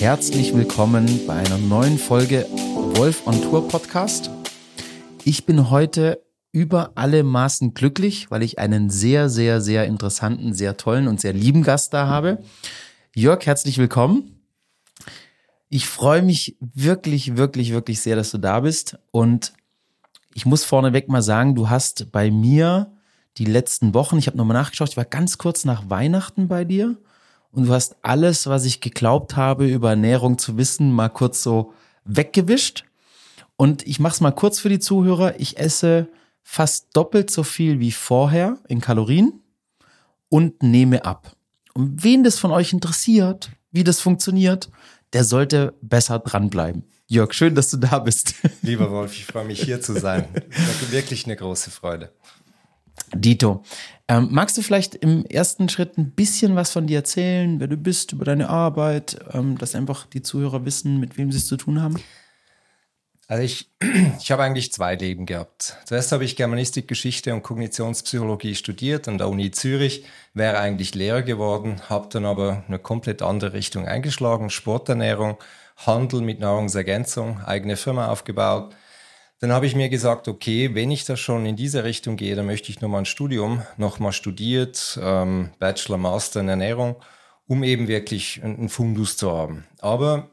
Herzlich willkommen bei einer neuen Folge Wolf on Tour Podcast. Ich bin heute über alle Maßen glücklich, weil ich einen sehr, sehr, sehr interessanten, sehr tollen und sehr lieben Gast da habe. Jörg, herzlich willkommen. Ich freue mich wirklich, wirklich, wirklich sehr, dass du da bist. Und ich muss vorneweg mal sagen, du hast bei mir die letzten Wochen, ich habe nochmal nachgeschaut, ich war ganz kurz nach Weihnachten bei dir. Und du hast alles, was ich geglaubt habe, über Ernährung zu wissen, mal kurz so weggewischt. Und ich mache es mal kurz für die Zuhörer. Ich esse fast doppelt so viel wie vorher in Kalorien und nehme ab. Und wen das von euch interessiert, wie das funktioniert, der sollte besser dranbleiben. Jörg, schön, dass du da bist. Lieber Wolf, ich freue mich, hier zu sein. Das ist wirklich eine große Freude. Dito, magst du vielleicht im ersten Schritt ein bisschen was von dir erzählen, wer du bist, über deine Arbeit, dass einfach die Zuhörer wissen, mit wem sie es zu tun haben? Also ich habe eigentlich zwei Leben gehabt. Zuerst habe ich Germanistik, Geschichte und Kognitionspsychologie studiert an der Uni Zürich, wäre eigentlich Lehrer geworden, habe dann aber eine komplett andere Richtung eingeschlagen, Sporternährung, Handel mit Nahrungsergänzung, eigene Firma aufgebaut. Dann habe ich mir gesagt, okay, wenn ich da schon in diese Richtung gehe, dann möchte ich nochmal ein Studium, nochmal studiert, Bachelor, Master in Ernährung, um eben wirklich einen Fundus zu haben. Aber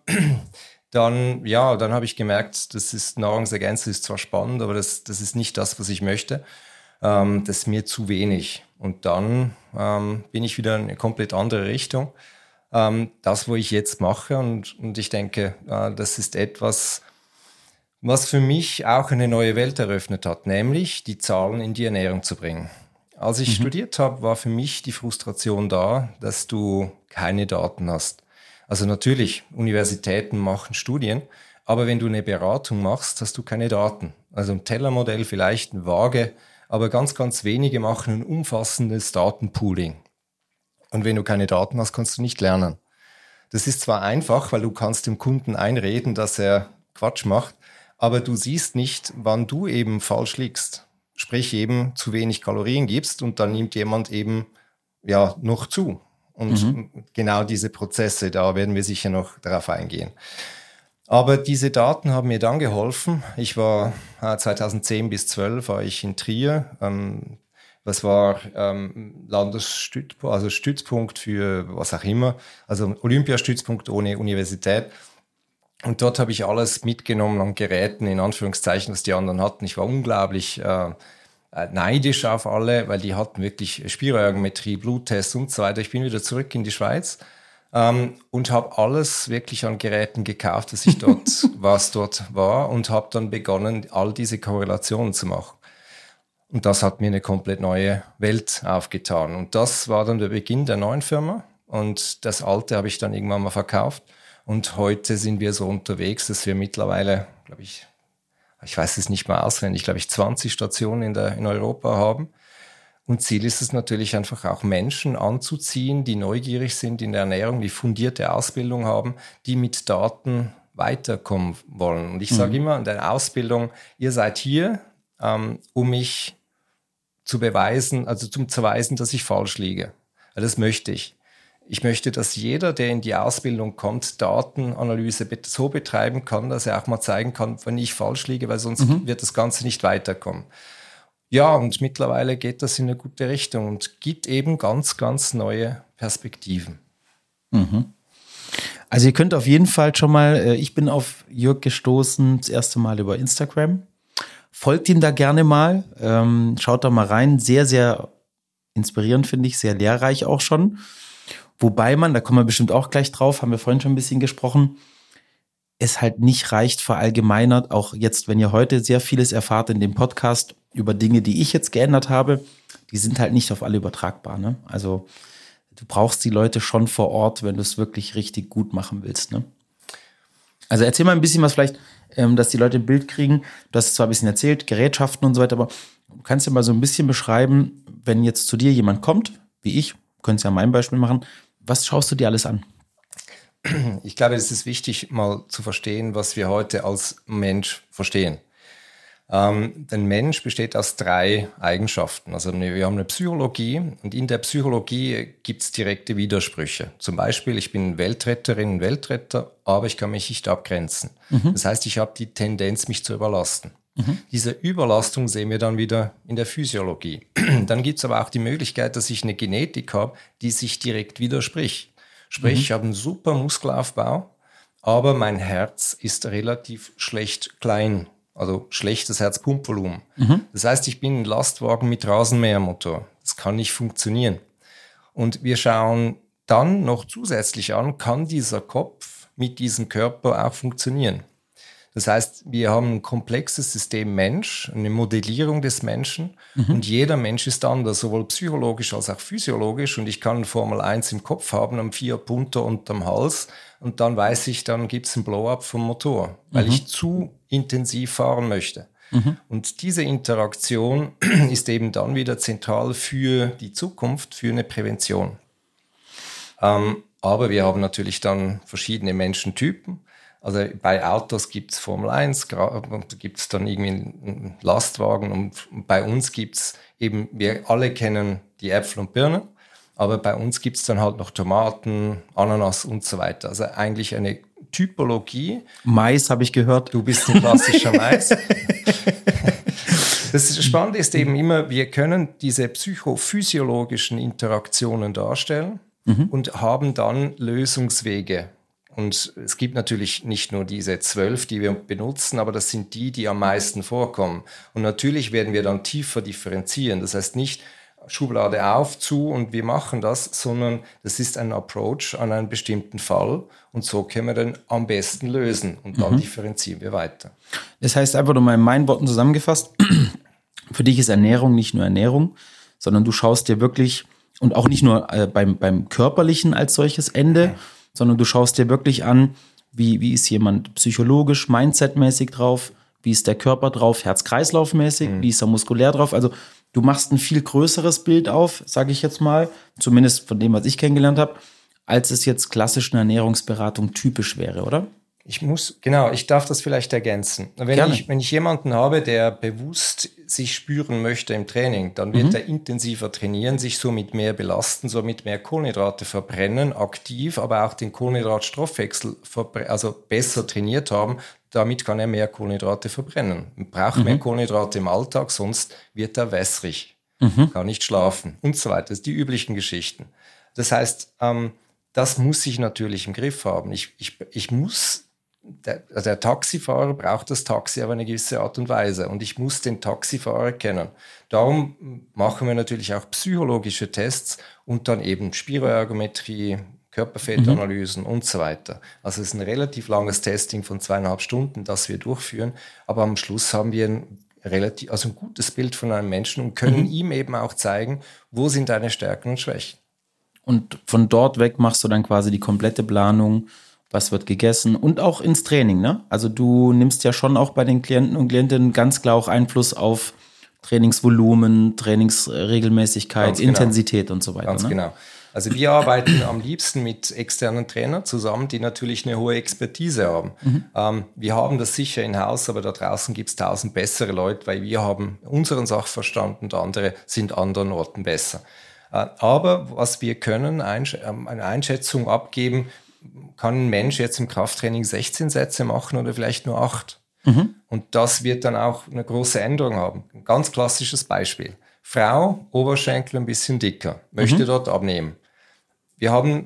dann habe ich gemerkt, Nahrungsergänzung ist zwar spannend, aber das ist nicht das, was ich möchte. Das ist mir zu wenig. Und dann bin ich wieder in eine komplett andere Richtung. Das, was ich jetzt mache, und ich denke, das ist etwas, was für mich auch eine neue Welt eröffnet hat, nämlich die Zahlen in die Ernährung zu bringen. Als ich studiert habe, war für mich die Frustration da, dass du keine Daten hast. Also natürlich, Universitäten machen Studien, aber wenn du eine Beratung machst, hast du keine Daten. Also ein Tellermodell, vielleicht eine Waage, aber ganz, ganz wenige machen ein umfassendes Datenpooling. Und wenn du keine Daten hast, kannst du nicht lernen. Das ist zwar einfach, weil du kannst dem Kunden einreden, dass er Quatsch macht, aber du siehst nicht, wann du eben falsch liegst. Sprich eben zu wenig Kalorien gibst und dann nimmt jemand eben noch zu. Und genau diese Prozesse, da werden wir sicher noch darauf eingehen. Aber diese Daten haben mir dann geholfen. Ich war 2010 bis 2012 war ich in Trier. Das war Landesstützpunkt, also Stützpunkt für was auch immer. Also Olympiastützpunkt ohne Universität. Und dort habe ich alles mitgenommen an Geräten, in Anführungszeichen, was die anderen hatten. Ich war unglaublich neidisch auf alle, weil die hatten wirklich Spiroergometrie, Bluttests und so weiter. Ich bin wieder zurück in die Schweiz und habe alles wirklich an Geräten gekauft, was dort war, und habe dann begonnen, all diese Korrelationen zu machen. Und das hat mir eine komplett neue Welt aufgetan. Und das war dann der Beginn der neuen Firma. Und das Alte habe ich dann irgendwann mal verkauft. Und heute sind wir so unterwegs, dass wir mittlerweile, glaube ich weiß es nicht mal auswendig, 20 Stationen in Europa haben. Und Ziel ist es natürlich einfach auch, Menschen anzuziehen, die neugierig sind in der Ernährung, die fundierte Ausbildung haben, die mit Daten weiterkommen wollen. Und ich sage immer in der Ausbildung, ihr seid hier, um mich zu beweisen, dass ich falsch liege. Das möchte ich. Ich möchte, dass jeder, der in die Ausbildung kommt, Datenanalyse so betreiben kann, dass er auch mal zeigen kann, wenn ich falsch liege, weil sonst wird das Ganze nicht weiterkommen. Ja, und mittlerweile geht das in eine gute Richtung und gibt eben ganz, ganz neue Perspektiven. Also ihr könnt auf jeden Fall schon mal, ich bin auf Jörg gestoßen, das erste Mal über Instagram. Folgt ihm da gerne mal, schaut da mal rein. Sehr, sehr inspirierend, finde ich, sehr lehrreich auch schon. Wobei man, da kommen wir bestimmt auch gleich drauf, haben wir vorhin schon ein bisschen gesprochen, es halt nicht reicht verallgemeinert, auch jetzt, wenn ihr heute sehr vieles erfahrt in dem Podcast über Dinge, die ich jetzt geändert habe, die sind halt nicht auf alle übertragbar, ne? Also du brauchst die Leute schon vor Ort, wenn du es wirklich richtig gut machen willst, ne? Also erzähl mal ein bisschen was vielleicht, dass die Leute ein Bild kriegen. Du hast es zwar ein bisschen erzählt, Gerätschaften und so weiter, aber du kannst ja mal so ein bisschen beschreiben, wenn jetzt zu dir jemand kommt, wie ich, du könntest ja mein Beispiel machen, was schaust du dir alles an? Ich glaube, es ist wichtig, mal zu verstehen, was wir heute als Mensch verstehen. Der Mensch besteht aus 3 Eigenschaften. Also wir haben eine Psychologie und in der Psychologie gibt es direkte Widersprüche. Zum Beispiel, ich bin Weltretterin, Weltretter, aber ich kann mich nicht abgrenzen. Das heißt, ich habe die Tendenz, mich zu überlasten. Diese Überlastung sehen wir dann wieder in der Physiologie. Dann gibt es aber auch die Möglichkeit, dass ich eine Genetik habe, die sich direkt widerspricht. Sprich, ich habe einen super Muskelaufbau, aber mein Herz ist relativ schlecht klein. Also schlechtes Herzpumpvolumen. Das heißt, ich bin ein Lastwagen mit Rasenmähermotor. Das kann nicht funktionieren. Und wir schauen dann noch zusätzlich an, kann dieser Kopf mit diesem Körper auch funktionieren. Das heißt, wir haben ein komplexes System Mensch, eine Modellierung des Menschen und jeder Mensch ist anders, sowohl psychologisch als auch physiologisch und ich kann Formel 1 im Kopf haben, am 4 Punter unterm Hals und dann weiß ich, dann gibt es einen Blow-up vom Motor, weil ich zu intensiv fahren möchte. Und diese Interaktion ist eben dann wieder zentral für die Zukunft, für eine Prävention. Aber wir haben natürlich dann verschiedene Menschentypen. Also bei Autos gibt es Formel 1, da gibt es dann irgendwie einen Lastwagen und bei uns gibt es eben, wir alle kennen die Äpfel und Birnen, aber bei uns gibt es dann halt noch Tomaten, Ananas und so weiter. Also eigentlich eine Typologie. Mais habe ich gehört. Du bist ein klassischer Mais. Das Spannende ist eben immer, wir können diese psychophysiologischen Interaktionen darstellen und haben dann Lösungswege. Und es gibt natürlich nicht nur diese 12, die wir benutzen, aber das sind die am meisten vorkommen. Und natürlich werden wir dann tiefer differenzieren. Das heißt nicht Schublade auf, zu und wir machen das, sondern das ist ein Approach an einen bestimmten Fall. Und so können wir den am besten lösen. Und dann differenzieren wir weiter. Das heißt einfach nur mal in meinen Worten zusammengefasst, für dich ist Ernährung nicht nur Ernährung, sondern du schaust dir wirklich, und auch nicht nur beim Körperlichen als solches Ende, sondern du schaust dir wirklich an, wie ist jemand psychologisch, mindsetmäßig drauf, wie ist der Körper drauf, Herz-Kreislauf-mäßig, wie ist er muskulär drauf. Also du machst ein viel größeres Bild auf, sage ich jetzt mal, zumindest von dem, was ich kennengelernt habe, als es jetzt klassisch eine Ernährungsberatung typisch wäre, oder? Ich darf das vielleicht ergänzen. Wenn ich jemanden habe, der bewusst sich spüren möchte im Training, dann wird er intensiver trainieren, sich somit mehr belasten, somit mehr Kohlenhydrate verbrennen, aktiv, aber auch den Kohlenhydratstoffwechsel besser trainiert haben. Damit kann er mehr Kohlenhydrate verbrennen. Man braucht mehr Kohlenhydrate im Alltag, sonst wird er wässrig, kann nicht schlafen und so weiter. Das sind die üblichen Geschichten. Das heißt, das muss ich natürlich im Griff haben. Der Taxifahrer braucht das Taxi auf eine gewisse Art und Weise und ich muss den Taxifahrer kennen. Darum machen wir natürlich auch psychologische Tests und dann eben Spiroergometrie, Körperfettanalysen und so weiter. Also es ist ein relativ langes Testing von 2,5 Stunden, das wir durchführen, aber am Schluss haben wir ein gutes Bild von einem Menschen und können ihm eben auch zeigen, wo sind deine Stärken und Schwächen. Und von dort weg machst du dann quasi die komplette Planung, was wird gegessen und auch ins Training, ne? Also du nimmst ja schon auch bei den Klienten und Klientinnen ganz klar auch Einfluss auf Trainingsvolumen, Trainingsregelmäßigkeit, Intensität und so weiter. Ganz genau. Also wir arbeiten am liebsten mit externen Trainern zusammen, die natürlich eine hohe Expertise haben. Wir haben das sicher in-house, aber da draußen gibt es 1000 bessere Leute, weil wir haben unseren Sachverstand und andere sind an anderen Orten besser. Aber was wir können, eine Einschätzung abgeben, kann ein Mensch jetzt im Krafttraining 16 Sätze machen oder vielleicht nur 8. Und das wird dann auch eine große Änderung haben. Ein ganz klassisches Beispiel. Frau, Oberschenkel ein bisschen dicker, möchte dort abnehmen. Wir haben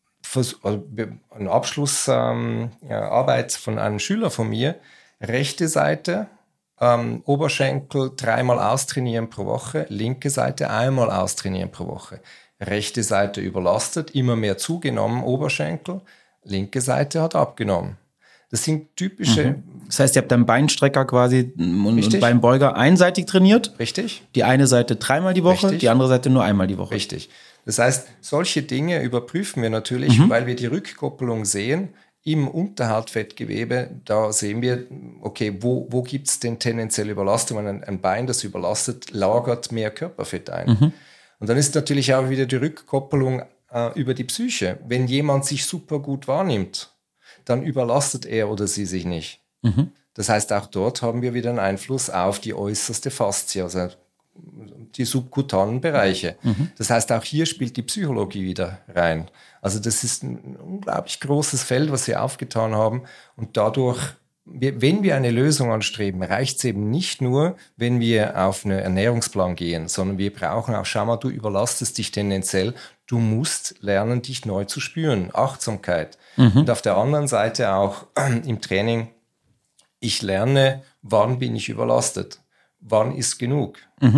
eine Abschlussarbeit von einem Schüler von mir, rechte Seite, Oberschenkel 3-mal austrainieren pro Woche, linke Seite 1-mal austrainieren pro Woche. Rechte Seite überlastet, immer mehr zugenommen, Oberschenkel, linke Seite hat abgenommen. Das sind typische... Das heißt, ihr habt einen Beinstrecker quasi und Beinbeuger einseitig trainiert? Richtig. Die eine Seite 3-mal die Woche, Richtig. Die andere Seite nur 1-mal die Woche? Richtig. Das heißt, solche Dinge überprüfen wir natürlich, weil wir die Rückkopplung sehen im Unterhautfettgewebe. Da sehen wir, okay, wo gibt es denn tendenzielle Überlastung? Ein Bein, das überlastet, lagert mehr Körperfett ein. Und dann ist natürlich auch wieder die Rückkoppelung über die Psyche. Wenn jemand sich super gut wahrnimmt, dann überlastet er oder sie sich nicht. Das heißt, auch dort haben wir wieder einen Einfluss auf die äußerste Faszie, also die subkutanen Bereiche. Das heißt, auch hier spielt die Psychologie wieder rein. Also das ist ein unglaublich großes Feld, was wir aufgetan haben. Und dadurch, wenn wir eine Lösung anstreben, reicht es eben nicht nur, wenn wir auf einen Ernährungsplan gehen, sondern wir brauchen auch, schau mal, du überlastest dich tendenziell, du musst lernen, dich neu zu spüren, Achtsamkeit. Und auf der anderen Seite auch im Training, ich lerne, wann bin ich überlastet, wann ist genug.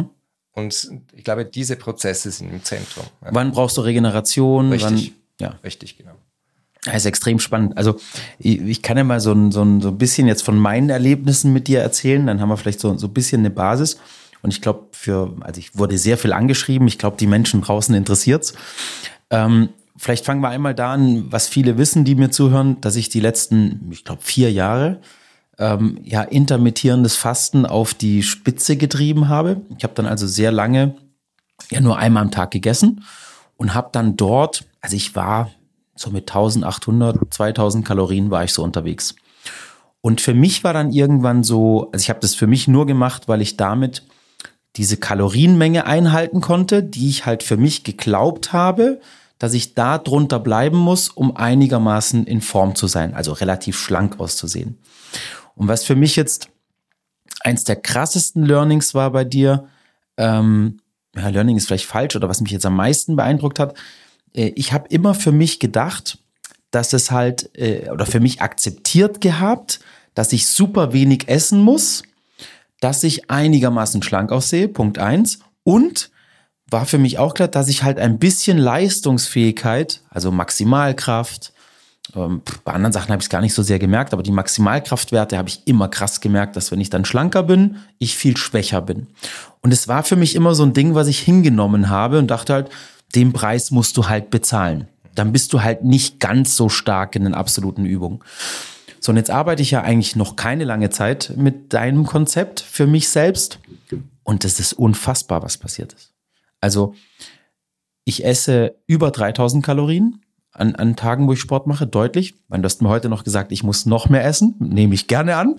Und ich glaube, diese Prozesse sind im Zentrum. Ja. Wann brauchst du Regeneration? Richtig, richtig, genau. Das ist extrem spannend. Also ich kann ja mal so ein bisschen jetzt von meinen Erlebnissen mit dir erzählen, dann haben wir vielleicht so ein bisschen eine Basis. Und ich glaube, also ich wurde sehr viel angeschrieben, ich glaube, die Menschen draußen interessiert's. Vielleicht fangen wir einmal da an, was viele wissen, die mir zuhören, dass ich die letzten, ich glaube, 4 Jahre intermittierendes Fasten auf die Spitze getrieben habe. Ich habe dann also sehr lange nur einmal am Tag gegessen und habe dann dort, also ich war so mit 1800, 2000 Kalorien war ich so unterwegs. Und für mich war dann irgendwann so, also ich habe das für mich nur gemacht, weil ich damit diese Kalorienmenge einhalten konnte, die ich halt für mich geglaubt habe, dass ich da drunter bleiben muss, um einigermaßen in Form zu sein, also relativ schlank auszusehen. Und was für mich jetzt eins der krassesten Learnings war bei dir, Learning ist vielleicht falsch, oder was mich jetzt am meisten beeindruckt hat, ich habe immer für mich gedacht, dass es halt, oder für mich akzeptiert gehabt, dass ich super wenig essen muss, dass ich einigermaßen schlank aussehe, Punkt 1. Und war für mich auch klar, dass ich halt ein bisschen Leistungsfähigkeit, also Maximalkraft, bei anderen Sachen habe ich es gar nicht so sehr gemerkt, aber die Maximalkraftwerte habe ich immer krass gemerkt, dass wenn ich dann schlanker bin, ich viel schwächer bin. Und es war für mich immer so ein Ding, was ich hingenommen habe und dachte halt, den Preis musst du halt bezahlen. Dann bist du halt nicht ganz so stark in den absoluten Übungen. So, und jetzt arbeite ich ja eigentlich noch keine lange Zeit mit deinem Konzept für mich selbst. Und es ist unfassbar, was passiert ist. Also ich esse über 3000 Kalorien an Tagen, wo ich Sport mache, deutlich. Du hast mir heute noch gesagt, ich muss noch mehr essen. Nehme ich gerne an.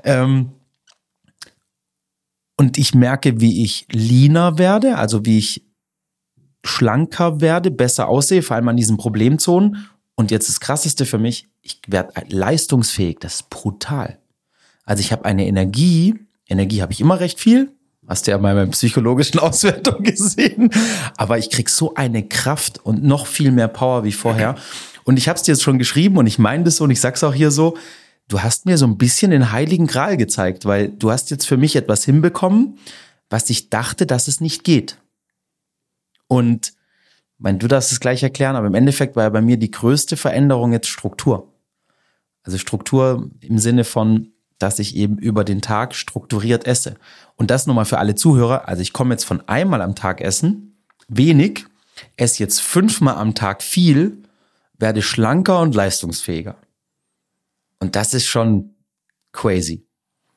Und ich merke, wie ich leaner werde, also wie ich schlanker werde, besser aussehe, vor allem an diesen Problemzonen. Und jetzt das Krasseste für mich, ich werde leistungsfähig. Das ist brutal. Also ich habe eine Energie habe ich immer recht viel. Hast du ja mal bei meiner psychologischen Auswertung gesehen. Aber ich krieg so eine Kraft und noch viel mehr Power wie vorher. Und ich habe es dir jetzt schon geschrieben und ich meine das so und ich sag's auch hier so, du hast mir so ein bisschen den Heiligen Gral gezeigt, weil du hast jetzt für mich etwas hinbekommen, was ich dachte, dass es nicht geht. Und du darfst es gleich erklären, aber im Endeffekt war ja bei mir die größte Veränderung jetzt Struktur. Also Struktur im Sinne von, dass ich eben über den Tag strukturiert esse. Und das nochmal für alle Zuhörer. Also ich komme jetzt von einmal am Tag essen, wenig, esse jetzt 5-mal am Tag viel, werde schlanker und leistungsfähiger. Und das ist schon crazy.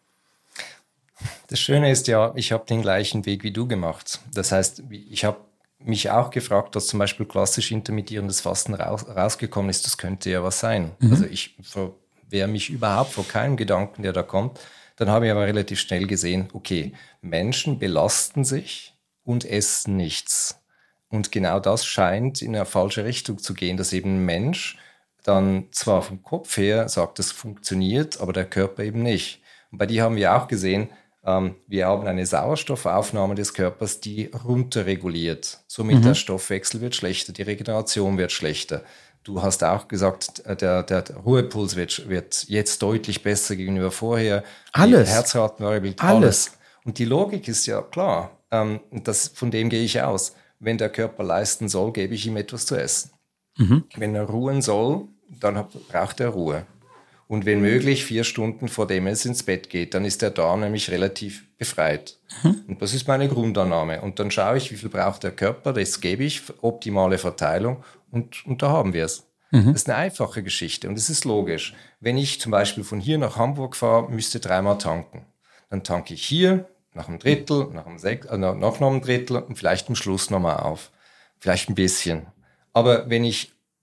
Das Schöne ist ja, ich habe den gleichen Weg wie du gemacht. Das heißt, ich habe mich auch gefragt, dass zum Beispiel klassisch intermittierendes Fasten rausgekommen ist. Das könnte ja was sein. Also ich verwehre mich überhaupt vor keinem Gedanken, der da kommt. Dann habe ich aber relativ schnell gesehen, okay, Menschen belasten sich und essen nichts. Und genau das scheint in eine falsche Richtung zu gehen, dass eben ein Mensch dann zwar vom Kopf her sagt, es funktioniert, aber der Körper eben nicht. Und bei dir haben wir auch gesehen, wir haben eine Sauerstoffaufnahme des Körpers, die runterreguliert. Somit der Stoffwechsel wird schlechter, die Regeneration wird schlechter. Du hast auch gesagt, der Ruhepuls wird jetzt deutlich besser gegenüber vorher. Alles. Herzratenvariabilität, alles. Und die Logik ist ja klar. Von dem gehe ich aus. Wenn der Körper leisten soll, gebe ich ihm etwas zu essen. Wenn er ruhen soll, dann braucht er Ruhe. Und wenn möglich 4 Stunden, vor dem es ins Bett geht, dann ist er da nämlich relativ befreit. Und das ist meine Grundannahme. Und dann schaue ich, wie viel braucht der Körper, das gebe ich, optimale Verteilung und da haben wir es. Das ist eine einfache Geschichte und es ist logisch. Wenn ich zum Beispiel von hier nach Hamburg fahre, müsste 3-mal tanken. Dann tanke ich hier nach einem Drittel, nach noch einem Drittel und vielleicht am Schluss nochmal auf. Vielleicht ein bisschen. Aber wenn ich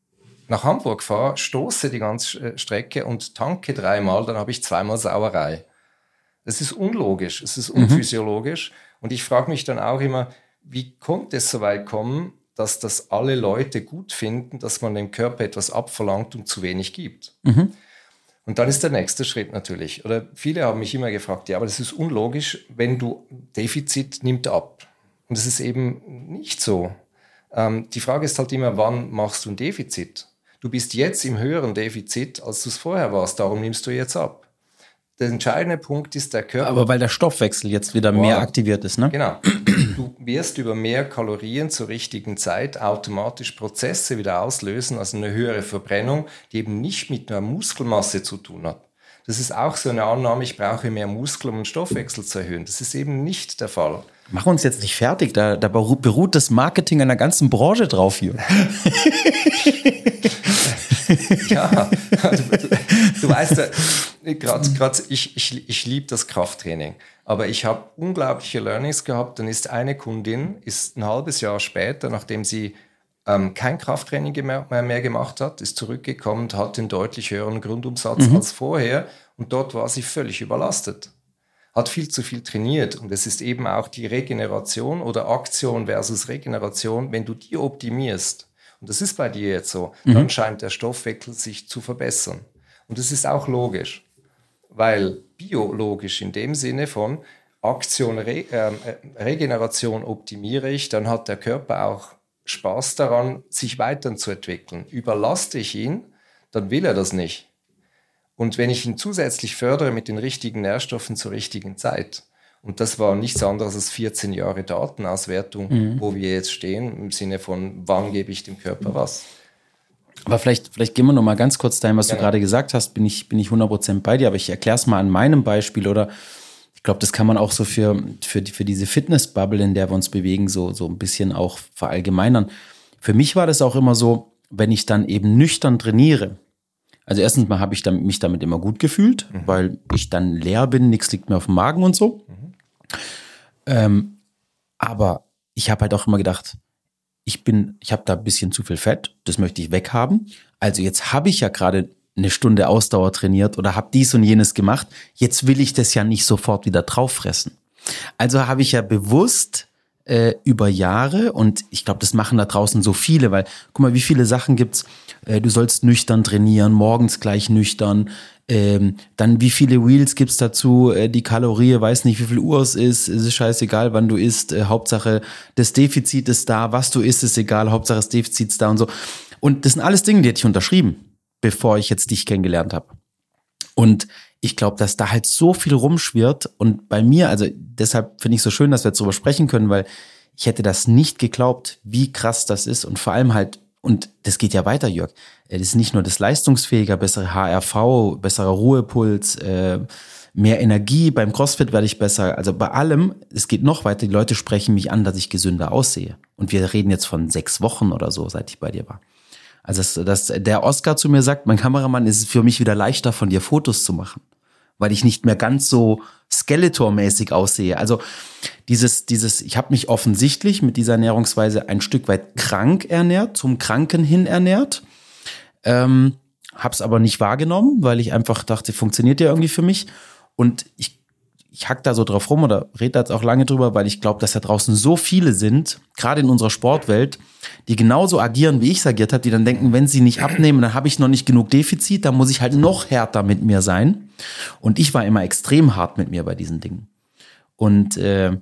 nach Hamburg fahre, stoße die ganze Strecke und tanke 3-mal, dann habe ich 2-mal Sauerei. Das ist unlogisch, es ist unphysiologisch. Und ich frage mich dann auch immer, wie konnte es so weit kommen, dass das alle Leute gut finden, dass man dem Körper etwas abverlangt und zu wenig gibt. Und dann ist der nächste Schritt natürlich. Oder viele haben mich immer gefragt, ja, aber das ist unlogisch, wenn du Defizit nimmt ab. Und das ist eben nicht so. Die Frage ist halt immer, wann machst du ein Defizit? Du bist jetzt im höheren Defizit, als du es vorher warst, darum nimmst du jetzt ab. Der entscheidende Punkt ist der Körper. Aber weil der Stoffwechsel jetzt wieder mehr aktiviert ist, ne? Genau. Du wirst über mehr Kalorien zur richtigen Zeit automatisch Prozesse wieder auslösen, also eine höhere Verbrennung, die eben nicht mit einer Muskelmasse zu tun hat. Das ist auch so eine Annahme, ich brauche mehr Muskeln, um den Stoffwechsel zu erhöhen. Das ist eben nicht der Fall. Mach uns jetzt nicht fertig, da beruht das Marketing einer ganzen Branche drauf hier. Ja, du weißt ja, gerade ich liebe das Krafttraining, aber ich habe unglaubliche Learnings gehabt. Dann ist eine Kundin, ist ein halbes Jahr später, nachdem sie kein Krafttraining mehr gemacht hat, ist zurückgekommen und hat einen deutlich höheren Grundumsatz als vorher und dort war sie völlig überlastet. Hat viel zu viel trainiert und es ist eben auch die Regeneration oder Aktion versus Regeneration, wenn du die optimierst, und das ist bei dir jetzt so, dann scheint der Stoffwechsel sich zu verbessern. Und das ist auch logisch, weil biologisch in dem Sinne von Aktion, Regeneration optimiere ich, dann hat der Körper auch Spaß daran, sich weiterzuentwickeln. Überlaste ich ihn, dann will er das nicht. Und wenn ich ihn zusätzlich fördere mit den richtigen Nährstoffen zur richtigen Zeit, und das war nichts anderes als 14 Jahre Datenauswertung, wo wir jetzt stehen, im Sinne von, wann gebe ich dem Körper was. Aber vielleicht gehen wir noch mal ganz kurz dahin, was du gerade gesagt hast, bin ich 100% bei dir, aber ich erkläre es mal an meinem Beispiel oder ich glaube, das kann man auch so für diese Fitness-Bubble, in der wir uns bewegen, so ein bisschen auch verallgemeinern. Für mich war das auch immer so, wenn ich dann eben nüchtern trainiere. Also erstens mal habe ich mich damit immer gut gefühlt, weil ich dann leer bin, nichts liegt mir auf dem Magen und so. Aber ich habe halt auch immer gedacht, ich habe da ein bisschen zu viel Fett, das möchte ich weghaben. Also jetzt habe ich ja gerade eine Stunde Ausdauer trainiert oder habe dies und jenes gemacht. Jetzt will ich das ja nicht sofort wieder drauffressen. Also habe ich ja bewusst über Jahre, und ich glaube, das machen da draußen so viele, weil guck mal, wie viele Sachen gibt's. Du sollst nüchtern trainieren, morgens gleich nüchtern. Dann wie viele Reels gibt's dazu, die Kalorie, weiß nicht, wie viel Uhr es ist scheißegal, wann du isst, Hauptsache das Defizit ist da, was du isst, ist egal, Hauptsache das Defizit ist da und so. Und das sind alles Dinge, die hätte ich unterschrieben, bevor ich jetzt dich kennengelernt habe. Und ich glaube, dass da halt so viel rumschwirrt und bei mir, also deshalb finde ich es so schön, dass wir jetzt darüber sprechen können, weil ich hätte das nicht geglaubt, wie krass das ist und vor allem halt, und das geht ja weiter, Jörg, das ist nicht nur das leistungsfähiger, bessere HRV, besserer Ruhepuls, mehr Energie, beim CrossFit werde ich besser, also bei allem, es geht noch weiter, die Leute sprechen mich an, dass ich gesünder aussehe und wir reden jetzt von 6 Wochen oder so, seit ich bei dir war. Also dass der Oscar zu mir sagt, mein Kameramann, ist es für mich wieder leichter, von dir Fotos zu machen, weil ich nicht mehr ganz so Skeletor-mäßig aussehe. Also dieses, ich habe mich offensichtlich mit dieser Ernährungsweise ein Stück weit krank ernährt, zum Kranken hin ernährt, hab's aber nicht wahrgenommen, weil ich einfach dachte, funktioniert ja irgendwie für mich. Und ich hack da so drauf rum oder rede da jetzt auch lange drüber, weil ich glaube, dass da draußen so viele sind, gerade in unserer Sportwelt, die genauso agieren, wie ich es agiert habe, die dann denken, wenn sie nicht abnehmen, dann habe ich noch nicht genug Defizit, dann muss ich halt noch härter mit mir sein. Und ich war immer extrem hart mit mir bei diesen Dingen. Und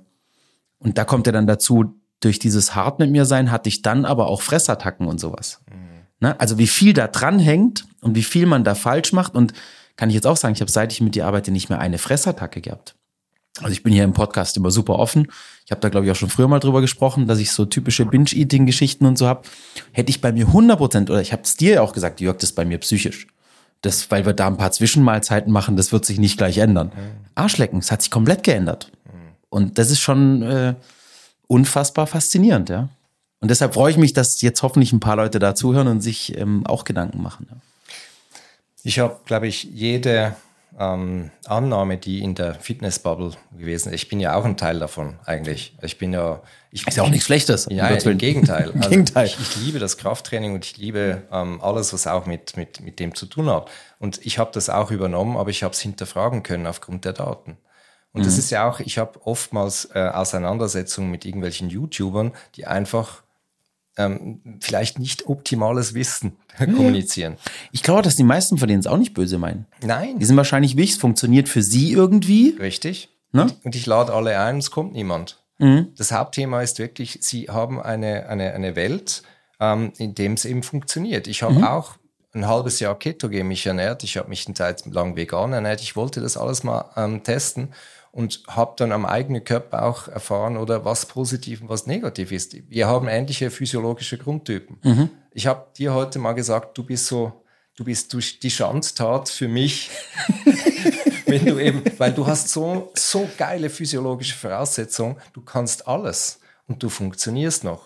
da kommt ja dann dazu, durch dieses hart mit mir sein, hatte ich dann aber auch Fressattacken und sowas. Ne? Also wie viel da dran hängt und wie viel man da falsch macht. Und kann ich jetzt auch sagen, ich habe, seit ich mit dir arbeite, nicht mehr eine Fressattacke gehabt. Also ich bin hier im Podcast immer super offen. Ich habe da, glaube ich, auch schon früher mal drüber gesprochen, dass ich so typische Binge-Eating-Geschichten und so habe. Hätte ich bei mir 100%, oder ich habe es dir ja auch gesagt, Jörg, das ist bei mir psychisch. Das, weil wir da ein paar Zwischenmahlzeiten machen, das wird sich nicht gleich ändern. Arschlecken, es hat sich komplett geändert. Und das ist schon unfassbar faszinierend, ja. Und deshalb freue ich mich, dass jetzt hoffentlich ein paar Leute da zuhören und sich auch Gedanken machen. Ja. Ich habe, glaube ich, jede Annahme, die in der Fitnessbubble gewesen ist. Ich bin ja auch ein Teil davon eigentlich. Ist ja auch nichts Schlechtes. Ja, im Gegenteil. Im Gegenteil. Ich liebe das Krafttraining und ich liebe alles, was auch mit dem zu tun hat. Und ich habe das auch übernommen, aber ich habe es hinterfragen können aufgrund der Daten. Und das ist ja auch, ich habe oftmals Auseinandersetzungen mit irgendwelchen YouTubern, die einfach vielleicht nicht optimales Wissen kommunizieren. Ich glaube, dass die meisten von denen es auch nicht böse meinen. Nein. Die sind wahrscheinlich wie, es funktioniert für sie irgendwie. Richtig. Ne? Und ich lade alle ein, es kommt niemand. Das Hauptthema ist wirklich, sie haben eine Welt, in dem es eben funktioniert. Ich habe auch ein halbes Jahr ketogen mich ernährt. Ich habe mich eine Zeit lang vegan ernährt. Ich wollte das alles mal testen. Und habe dann am eigenen Körper auch erfahren, oder was positiv und was negativ ist. Wir haben ähnliche physiologische Grundtypen. Ich habe dir heute mal gesagt, du bist die Schandtat für mich, wenn du eben, weil du hast so geile physiologische Voraussetzungen, du kannst alles und du funktionierst noch.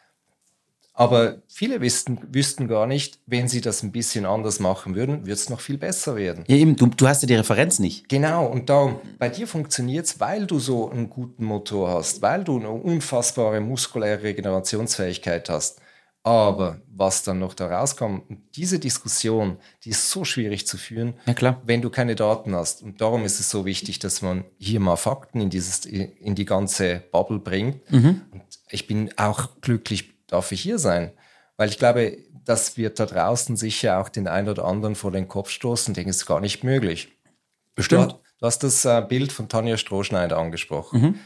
Aber viele wüssten gar nicht, wenn sie das ein bisschen anders machen würden, würde es noch viel besser werden. Ja, eben, du hast ja die Referenz nicht. Genau, und darum, bei dir funktioniert es, weil du so einen guten Motor hast, weil du eine unfassbare muskuläre Regenerationsfähigkeit hast. Aber was dann noch da rauskommt, diese Diskussion, die ist so schwierig zu führen, ja, klar, wenn du keine Daten hast. Und darum ist es so wichtig, dass man hier mal Fakten in die ganze Bubble bringt. Und ich bin auch glücklich, darf ich hier sein? Weil ich glaube, das wird da draußen sicher auch den einen oder anderen vor den Kopf stoßen und denken, es ist gar nicht möglich. Bestimmt. Du hast das Bild von Tanja Strohschneider angesprochen.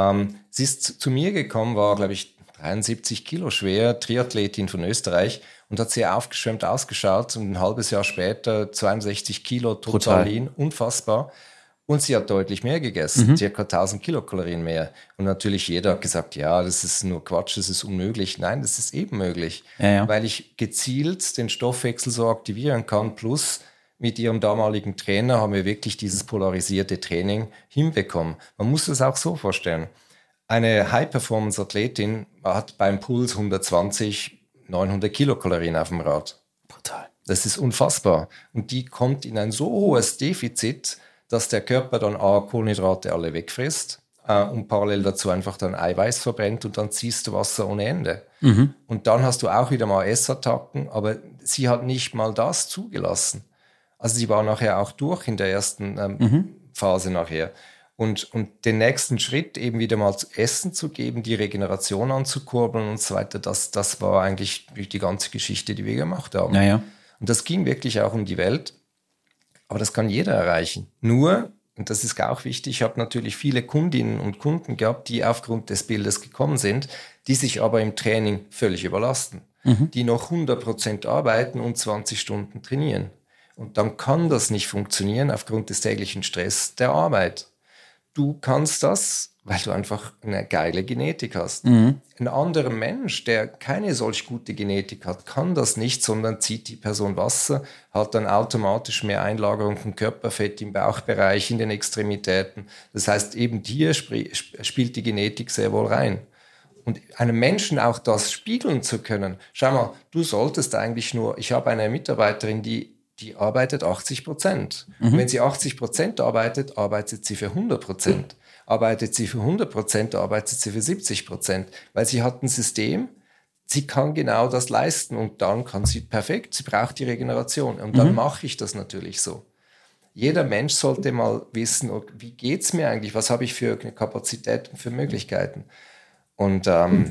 Sie ist zu mir gekommen, war, glaube ich, 73 Kilo schwer, Triathletin von Österreich und hat sehr aufgeschwemmt ausgeschaut und ein halbes Jahr später 62 Kilo, total lean, unfassbar. Und sie hat deutlich mehr gegessen, circa 1000 Kilokalorien mehr. Und natürlich jeder hat gesagt, ja, das ist nur Quatsch, das ist unmöglich. Nein, das ist eben möglich, weil ich gezielt den Stoffwechsel so aktivieren kann. Plus mit ihrem damaligen Trainer haben wir wirklich dieses polarisierte Training hinbekommen. Man muss es auch so vorstellen. Eine High-Performance-Athletin hat beim Puls 120, 900 Kilokalorien auf dem Rad. Brutal. Das ist unfassbar. Und die kommt in ein so hohes Defizit, dass der Körper dann Kohlenhydrate alle wegfrisst und parallel dazu einfach dann Eiweiß verbrennt und dann ziehst du Wasser ohne Ende. Und dann hast du auch wieder mal Essattacken, aber sie hat nicht mal das zugelassen. Also sie war nachher auch durch in der ersten Phase nachher. Und den nächsten Schritt eben wieder mal zu essen zu geben, die Regeneration anzukurbeln und so weiter, das war eigentlich die ganze Geschichte, die wir gemacht haben. Ja. Und das ging wirklich auch um die Welt. Aber das kann jeder erreichen. Nur, und das ist auch wichtig, ich habe natürlich viele Kundinnen und Kunden gehabt, die aufgrund des Bildes gekommen sind, die sich aber im Training völlig überlasten, die noch 100% arbeiten und 20 Stunden trainieren. Und dann kann das nicht funktionieren aufgrund des täglichen Stress der Arbeit. Du kannst das, weil du einfach eine geile Genetik hast. Ein anderer Mensch, der keine solch gute Genetik hat, kann das nicht, sondern zieht die Person Wasser, hat dann automatisch mehr Einlagerung von Körperfett im Bauchbereich, in den Extremitäten. Das heißt, eben hier spielt die Genetik sehr wohl rein. Und einem Menschen auch das spiegeln zu können. Schau mal, du solltest eigentlich nur, ich habe eine Mitarbeiterin, die arbeitet 80%. Und wenn sie 80% arbeitet, arbeitet sie für 100%. Arbeitet sie für 100%, arbeitet sie für 70%. Weil sie hat ein System, sie kann genau das leisten und dann kann sie perfekt, sie braucht die Regeneration. Und dann mache ich das natürlich so. Jeder Mensch sollte mal wissen, wie geht es mir eigentlich, was habe ich für eine Kapazität und für Möglichkeiten. Und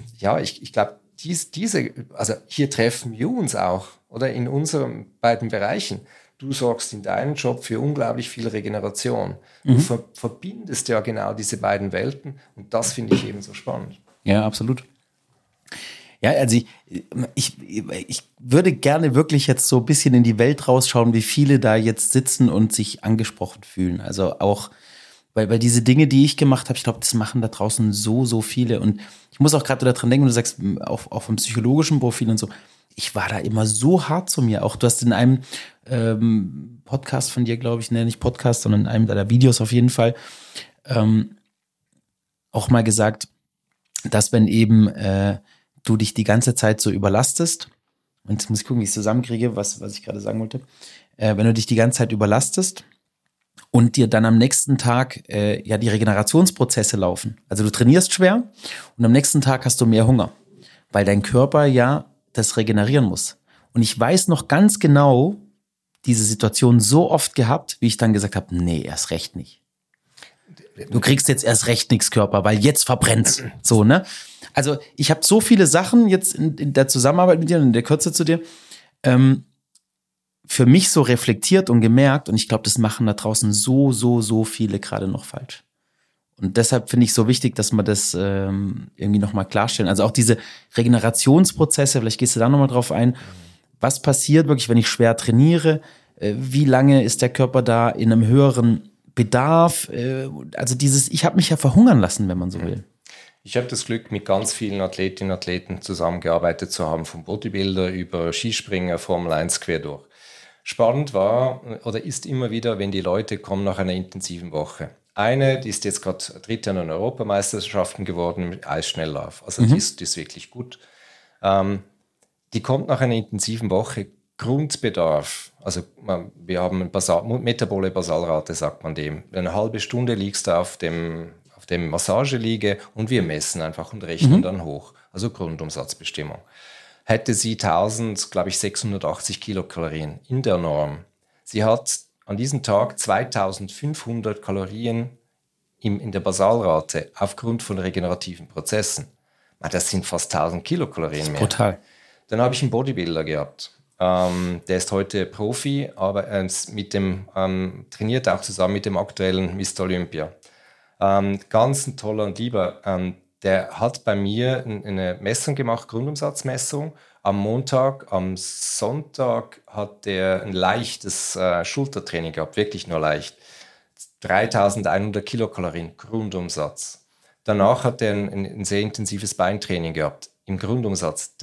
ich glaube, also hier treffen wir uns auch, oder in unseren beiden Bereichen. Du sorgst in deinem Job für unglaublich viel Regeneration. Du verbindest ja genau diese beiden Welten und das finde ich eben so spannend. Ja, absolut. Ja, also ich würde gerne wirklich jetzt so ein bisschen in die Welt rausschauen, wie viele da jetzt sitzen und sich angesprochen fühlen. Also auch, weil diese Dinge, die ich gemacht habe, ich glaube, das machen da draußen so viele. Und ich muss auch gerade daran denken, du sagst, auch vom psychologischen Profil und so, ich war da immer so hart zu mir. Auch du hast in einem Podcast von dir, glaube ich, nicht Podcast, sondern in einem deiner Videos auf jeden Fall, auch mal gesagt, dass wenn eben du dich die ganze Zeit so überlastest, und jetzt muss ich gucken, wie ich es zusammenkriege, was ich gerade sagen wollte, wenn du dich die ganze Zeit überlastest und dir dann am nächsten Tag ja die Regenerationsprozesse laufen. Also du trainierst schwer und am nächsten Tag hast du mehr Hunger, weil dein Körper ja das regenerieren muss. Und ich weiß noch ganz genau diese Situation so oft gehabt, wie ich dann gesagt habe, nee, erst recht nicht. Du kriegst jetzt erst recht nichts, Körper, weil jetzt verbrennt's. So, ne? Also ich habe so viele Sachen jetzt in der Zusammenarbeit mit dir und in der Kürze zu dir für mich so reflektiert und gemerkt, und ich glaube, das machen da draußen so viele gerade noch falsch. Und deshalb finde ich so wichtig, dass wir das irgendwie nochmal klarstellen. Also auch diese Regenerationsprozesse, vielleicht gehst du da nochmal drauf ein. Was passiert wirklich, wenn ich schwer trainiere? Wie lange ist der Körper da in einem höheren Bedarf? Also ich habe mich ja verhungern lassen, wenn man so will. Ich habe das Glück, mit ganz vielen Athletinnen und Athleten zusammengearbeitet zu haben, vom Bodybuilder über Skispringer, Formel 1 quer durch. Spannend war oder ist immer wieder, wenn die Leute kommen nach einer intensiven Woche. Eine, die ist jetzt gerade Dritte an den Europameisterschaften geworden mit Eisschnelllauf. Also die ist wirklich gut. Die kommt nach einer intensiven Woche, Grundbedarf. Also wir haben metabole Basalrate, sagt man dem. Eine halbe Stunde liegst du auf dem Massageliege und wir messen einfach und rechnen dann hoch. Also Grundumsatzbestimmung. Hätte sie 680 Kilokalorien in der Norm. Sie hat an diesem Tag 2500 Kalorien in der Basalrate aufgrund von regenerativen Prozessen. Das sind fast 1000 Kilokalorien mehr. Total. Dann habe ich einen Bodybuilder gehabt. Der ist heute Profi, aber trainiert auch zusammen mit dem aktuellen Mr. Olympia. Ganz ein toller und lieber. Der hat bei mir eine Messung gemacht, Grundumsatzmessung. Am Montag, am Sonntag hat er ein leichtes Schultertraining gehabt, wirklich nur leicht. 3100 Kilokalorien Grundumsatz. Danach hat er ein sehr intensives Beintraining gehabt. Im Grundumsatz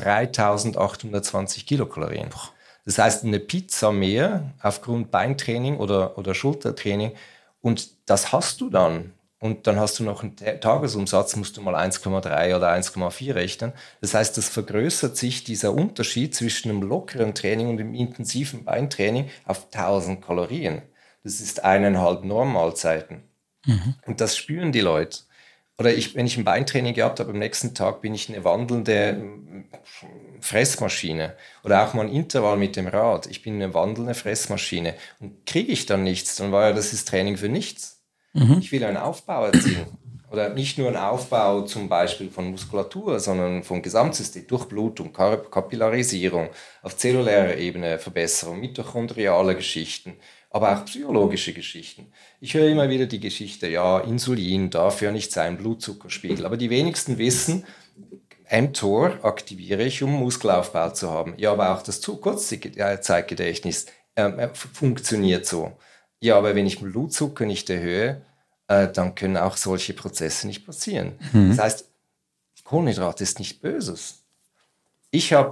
3820 Kilokalorien. Das heißt, eine Pizza mehr aufgrund Beintraining oder Schultertraining. Und das hast du dann. Und dann hast du noch einen Tagesumsatz, musst du mal 1,3 oder 1,4 rechnen. Das heißt, das vergrößert sich dieser Unterschied zwischen einem lockeren Training und dem intensiven Beintraining auf 1000 Kalorien. Das ist 1,5 Normmahlzeiten. Und das spüren die Leute. Oder wenn ich ein Beintraining gehabt habe, am nächsten Tag bin ich eine wandelnde Fressmaschine. Oder auch mal ein Intervall mit dem Rad. Ich bin eine wandelnde Fressmaschine. Und kriege ich dann nichts, dann war ja das Training für nichts. Ich will einen Aufbau erzielen. Oder nicht nur einen Aufbau zum Beispiel von Muskulatur, sondern vom Gesamtsystem, Durchblutung, Kapillarisierung, auf zellulärer Ebene Verbesserung, mitochondriale Geschichten, aber auch psychologische Geschichten. Ich höre immer wieder die Geschichte, ja, Insulin darf ja nicht sein, Blutzuckerspiegel. Aber die wenigsten wissen, mTOR aktiviere ich, um Muskelaufbau zu haben. Ja, aber auch das Kurzzeitgedächtnis funktioniert so. Ja, aber wenn ich Blutzucker nicht erhöhe, dann können auch solche Prozesse nicht passieren. Das heißt, Kohlenhydrat ist nicht Böses. Ich habe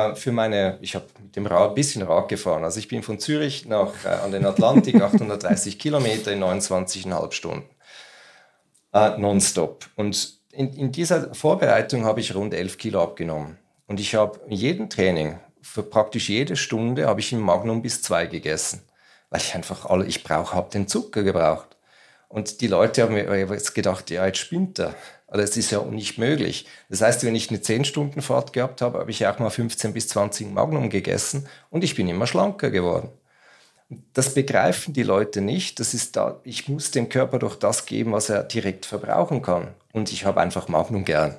mit dem Rad ein bisschen Rad gefahren. Also ich bin von Zürich an den Atlantik, 830 Kilometer in 29,5 Stunden. Nonstop. Und in dieser Vorbereitung habe ich rund 11 Kilo abgenommen. Und ich habe in jedem Training, für praktisch jede Stunde, habe ich ein Magnum bis 2 gegessen. Weil ich einfach habe den Zucker gebraucht. Und die Leute haben mir jetzt gedacht, ja, jetzt spinnt er. Aber das ist ja nicht möglich. Das heißt, wenn ich eine 10-Stunden-Fahrt gehabt habe, habe ich auch mal 15 bis 20 Magnum gegessen und ich bin immer schlanker geworden. Das begreifen die Leute nicht. Ich muss dem Körper doch das geben, was er direkt verbrauchen kann. Und ich habe einfach Magnum gern.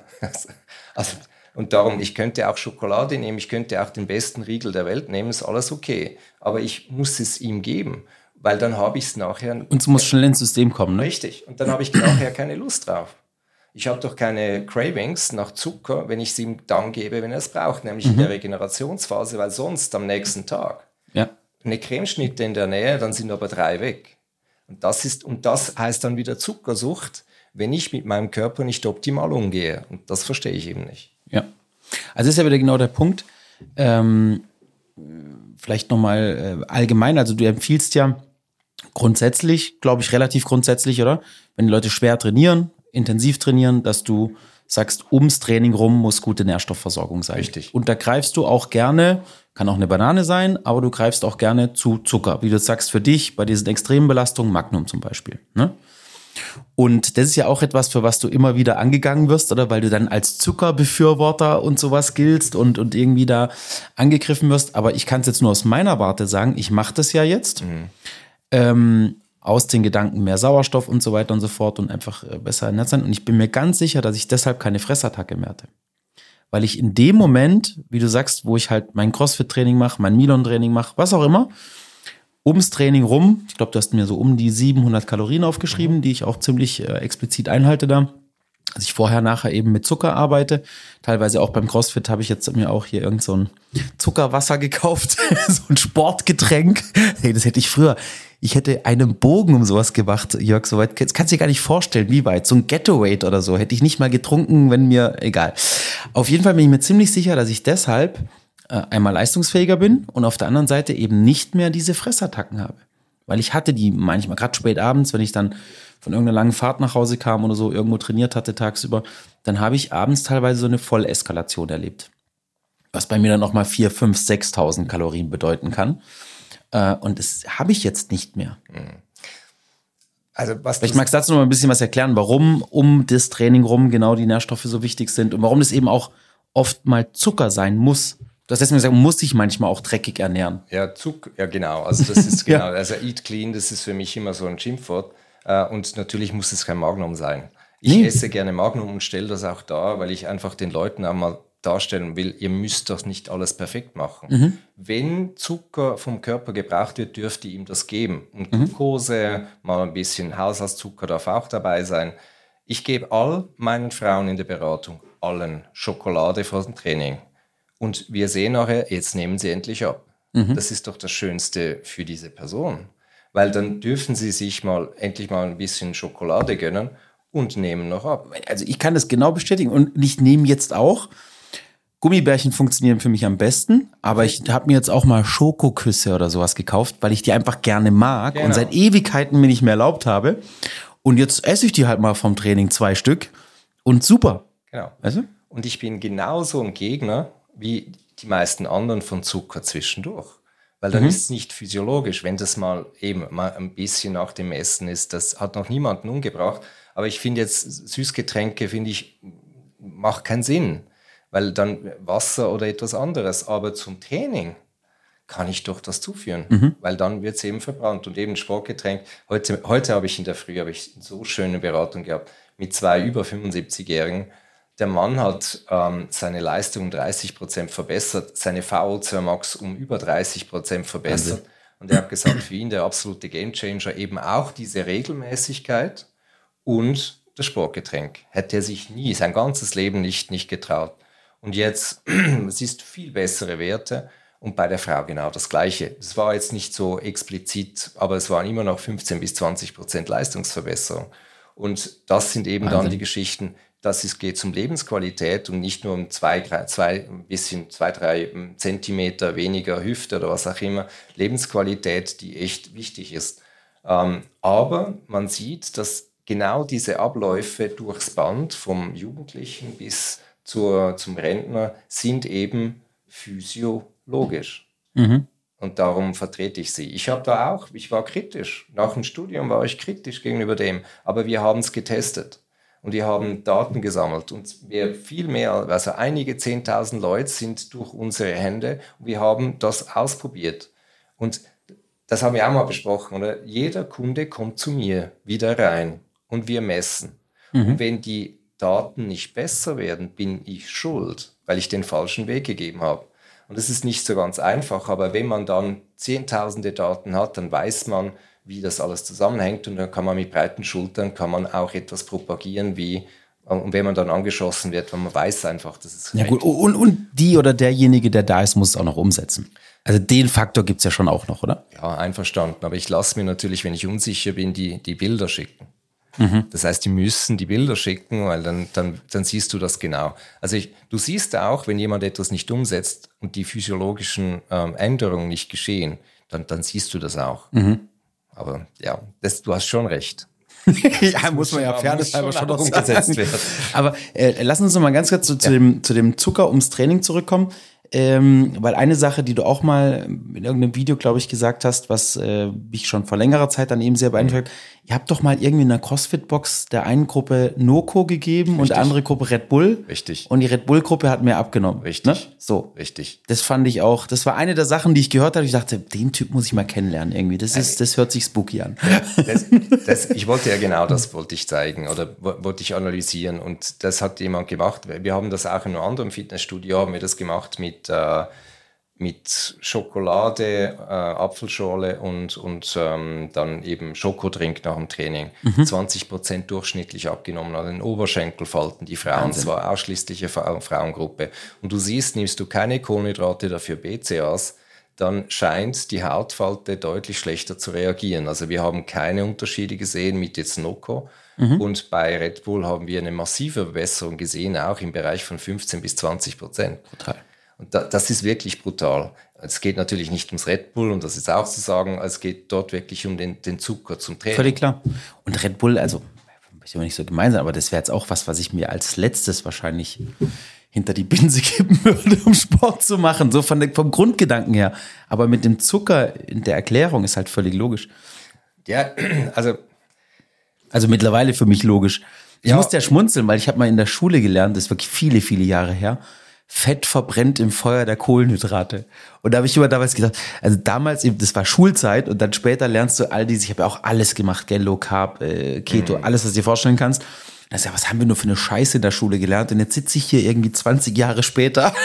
Und darum, ich könnte auch Schokolade nehmen, ich könnte auch den besten Riegel der Welt nehmen, ist alles okay. Aber ich muss es ihm geben, weil dann habe ich es nachher... Und es muss schnell ins System kommen, ne? Richtig. Und dann habe ich nachher keine Lust drauf. Ich habe doch keine Cravings nach Zucker, wenn ich es ihm dann gebe, wenn er es braucht, nämlich in der Regenerationsphase, weil sonst am nächsten Tag eine Cremeschnitte in der Nähe, dann sind aber 3 weg. Und das heißt dann wieder Zuckersucht, wenn ich mit meinem Körper nicht optimal umgehe. Und das verstehe ich eben nicht. Ja, also das ist ja wieder genau der Punkt. Vielleicht nochmal allgemein, also du empfiehlst ja grundsätzlich, glaube ich, relativ grundsätzlich, oder? Wenn die Leute schwer trainieren, intensiv trainieren, dass du sagst, ums Training rum muss gute Nährstoffversorgung sein. Richtig. Und da greifst du auch gerne, kann auch eine Banane sein, aber du greifst auch gerne zu Zucker. Wie du sagst, für dich bei diesen extremen Belastungen, Magnum zum Beispiel. Ne? Und das ist ja auch etwas, für was du immer wieder angegangen wirst, oder weil du dann als Zuckerbefürworter und sowas giltst und irgendwie da angegriffen wirst. Aber ich kann es jetzt nur aus meiner Warte sagen, ich mache das ja jetzt. Aus den Gedanken mehr Sauerstoff und so weiter und so fort und einfach besser ernährt sein. Und ich bin mir ganz sicher, dass ich deshalb keine Fressattacke mehr hatte. Weil ich in dem Moment, wie du sagst, wo ich halt mein CrossFit-Training mache, mein Milon-Training mache, was auch immer, ums Training rum, ich glaube, du hast mir so um die 700 Kalorien aufgeschrieben, die ich auch ziemlich explizit einhalte da. Also ich vorher, nachher eben mit Zucker arbeite. Teilweise auch beim CrossFit habe ich jetzt mir auch hier irgend so ein Zuckerwasser gekauft, so ein Sportgetränk. Hey, das hätte ich früher. Ich hätte einen Bogen um sowas gemacht, Jörg, soweit. Jetzt kannst du dir gar nicht vorstellen, wie weit. So ein Gatorade oder so hätte ich nicht mal getrunken, wenn mir, egal. Auf jeden Fall bin ich mir ziemlich sicher, dass ich deshalb einmal leistungsfähiger bin und auf der anderen Seite eben nicht mehr diese Fressattacken habe. Weil ich hatte die manchmal, gerade spät abends, wenn ich dann von irgendeiner langen Fahrt nach Hause kam oder so, irgendwo trainiert hatte tagsüber, dann habe ich abends teilweise so eine Volleskalation erlebt. Was bei mir dann nochmal 4.000, 5.000, 6.000 Kalorien bedeuten kann. Und das habe ich jetzt nicht mehr. Also Vielleicht magst du dazu noch mal ein bisschen was erklären, warum um das Training rum genau die Nährstoffe so wichtig sind und warum das eben auch oft mal Zucker sein muss. Du hast jetzt mal gesagt, man muss sich manchmal auch dreckig ernähren. Ja, ja genau. Also das ist genau. Ja. Also Eat Clean, das ist für mich immer so ein Schimpfwort. Und natürlich muss es kein Magnum sein. Ich esse gerne Magnum und stelle das auch dar, weil ich einfach den Leuten auch mal darstellen will, ihr müsst doch nicht alles perfekt machen. Wenn Zucker vom Körper gebraucht wird, dürft ihr ihm das geben. Und Glucose, mal ein bisschen Haushaltszucker darf auch dabei sein. Ich gebe all meinen Frauen in der Beratung, allen Schokolade vor dem Training. Und wir sehen nachher, jetzt nehmen sie endlich ab. Das ist doch das Schönste für diese Person. Weil dann dürfen sie sich endlich mal ein bisschen Schokolade gönnen und nehmen noch ab. Also ich kann das genau bestätigen und ich nehme jetzt auch, Gummibärchen funktionieren für mich am besten, aber ich habe mir jetzt auch mal Schokoküsse oder sowas gekauft, weil ich die einfach gerne mag und seit Ewigkeiten mir nicht mehr erlaubt habe. Und jetzt esse ich die halt mal vom Training 2 Stück und super. Genau. Also? Und ich bin genauso ein Gegner wie die meisten anderen von Zucker zwischendurch. Weil dann ist es nicht physiologisch, wenn das mal ein bisschen nach dem Essen ist. Das hat noch niemanden umgebracht. Aber ich finde jetzt, Süßgetränke, macht keinen Sinn. Weil dann Wasser oder etwas anderes. Aber zum Training kann ich doch das zuführen. Weil dann wird es eben verbrannt. Und eben Sportgetränk. Heute habe ich in der Früh eine so schöne Beratung gehabt mit 2 über 75-Jährigen. Der Mann hat seine Leistung um 30% verbessert, seine VO2 Max um über 30% verbessert. Also. Und er hat gesagt, für ihn der absolute Gamechanger eben auch diese Regelmäßigkeit und das Sportgetränk. Hätte er sich sein ganzes Leben nicht getraut. Und jetzt, es ist viel bessere Werte und bei der Frau genau das Gleiche. Es war jetzt nicht so explizit, aber es waren immer noch 15-20% Leistungsverbesserung. Und das sind eben dann die Geschichten, geht um Lebensqualität und nicht nur um 2-3 Zentimeter weniger Hüfte oder was auch immer. Lebensqualität, die echt wichtig ist. Aber man sieht, dass genau diese Abläufe durchs Band vom Jugendlichen bis zum Rentner sind eben physiologisch. Und darum vertrete ich sie. Ich war kritisch. Nach dem Studium war ich kritisch gegenüber dem. Aber wir haben es getestet. Und wir haben Daten gesammelt. Und viel mehr, also einige 10.000 Leute sind durch unsere Hände. Und wir haben das ausprobiert. Und das haben wir auch mal besprochen, oder? Jeder Kunde kommt zu mir wieder rein. Und wir messen. Und wenn die Daten nicht besser werden, bin ich schuld, weil ich den falschen Weg gegeben habe. Und das ist nicht so ganz einfach, aber wenn man dann zehntausende Daten hat, dann weiß man, wie das alles zusammenhängt und dann kann man mit breiten Schultern auch etwas propagieren, und wenn man dann angeschossen wird, weil man weiß einfach, dass es ja gut, und die oder derjenige, der da ist, muss es auch noch umsetzen. Also den Faktor gibt es ja schon auch noch, oder? Ja, einverstanden, aber ich lasse mir natürlich, wenn ich unsicher bin, die Bilder schicken. Das heißt, die müssen die Bilder schicken, weil dann siehst du das genau. Also du siehst auch, wenn jemand etwas nicht umsetzt und die physiologischen Änderungen nicht geschehen, dann siehst du das auch. Aber ja, du hast schon recht. Ja, muss man ja fairnesshalber schon noch umgesetzt werden. Aber lass uns noch mal ganz kurz zu dem Zucker ums Training zurückkommen. Weil eine Sache, die du auch mal in irgendeinem Video, glaube ich, gesagt hast, was mich schon vor längerer Zeit dann eben sehr beeindruckt hat, ihr habt doch mal irgendwie in einer CrossFit-Box der einen Gruppe Noco gegeben und der andere Gruppe Red Bull. Richtig. Und die Red Bull-Gruppe hat mehr abgenommen. Richtig. Ne? So. Richtig. Das fand ich auch, das war eine der Sachen, die ich gehört habe. Ich dachte, den Typ muss ich mal kennenlernen irgendwie. Das hört sich spooky an. Ich wollte ja genau das wollte ich zeigen oder wollte ich analysieren und das hat jemand gemacht. Wir haben das auch in einem anderen Fitnessstudio, haben wir das gemacht mit Schokolade, Apfelschorle und dann eben Schokodrink nach dem Training. 20% durchschnittlich abgenommen an den Oberschenkelfalten. Die Frauen, es war ausschließliche Frauengruppe. Und du siehst, nimmst du keine Kohlenhydrate, dafür BCAAs, dann scheint die Hautfalte deutlich schlechter zu reagieren. Also wir haben keine Unterschiede gesehen mit jetzt Noco. Und bei Red Bull haben wir eine massive Verbesserung gesehen, auch im Bereich von 15-20%. Total. Und das ist wirklich brutal. Es geht natürlich nicht ums Red Bull, und das ist auch zu sagen, es geht dort wirklich um den Zucker zum Training. Völlig klar. Und Red Bull, also, möchte ich nicht so gemein sein, aber das wäre jetzt auch was ich mir als letztes wahrscheinlich hinter die Binse kippen würde, um Sport zu machen. So vom Grundgedanken her. Aber mit dem Zucker in der Erklärung ist halt völlig logisch. Ja, Also mittlerweile für mich logisch. Ich musste ja schmunzeln, weil ich habe mal in der Schule gelernt, das ist wirklich viele, viele Jahre her, Fett verbrennt im Feuer der Kohlenhydrate. Und da habe ich immer damals gedacht, also damals, das war Schulzeit und dann später lernst du all diese, ich habe ja auch alles gemacht, gell, Low Carb, Keto, alles, was du dir vorstellen kannst. Das ist ja, was haben wir nur für eine Scheiße in der Schule gelernt? Und jetzt sitze ich hier irgendwie 20 Jahre später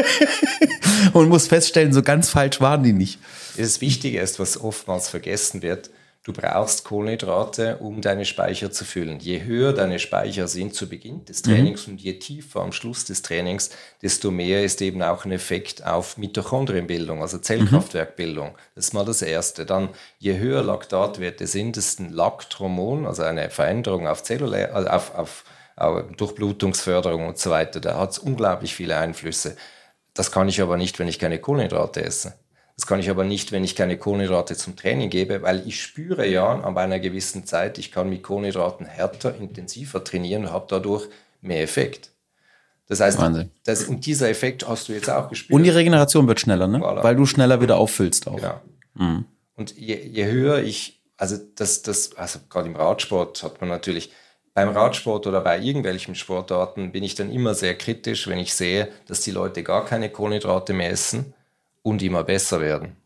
und muss feststellen, so ganz falsch waren die nicht. das Wichtige ist, was oftmals vergessen wird, du brauchst Kohlenhydrate, um deine Speicher zu füllen. Je höher deine Speicher sind zu Beginn des Trainings und je tiefer am Schluss des Trainings, desto mehr ist eben auch ein Effekt auf Mitochondrienbildung, also Zellkraftwerkbildung. Das ist mal das Erste. Dann, je höher Laktatwerte sind, ist ein Lakthormon, also eine Veränderung auf auf Durchblutungsförderung und so weiter. Da hat es unglaublich viele Einflüsse. Das kann ich aber nicht, wenn ich keine Kohlenhydrate esse. Das kann ich aber nicht, wenn ich keine Kohlenhydrate zum Training gebe, weil ich spüre ja an einer gewissen Zeit, ich kann mit Kohlenhydraten härter, intensiver trainieren und habe dadurch mehr Effekt. Das heißt, und dieser Effekt hast du jetzt auch gespürt. Und die Regeneration wird schneller, ne? Voilà. Weil du schneller wieder auffüllst auch. Genau. Und je höher also gerade im Radsport hat man natürlich, beim Radsport oder bei irgendwelchen Sportarten bin ich dann immer sehr kritisch, wenn ich sehe, dass die Leute gar keine Kohlenhydrate mehr essen und immer besser werden.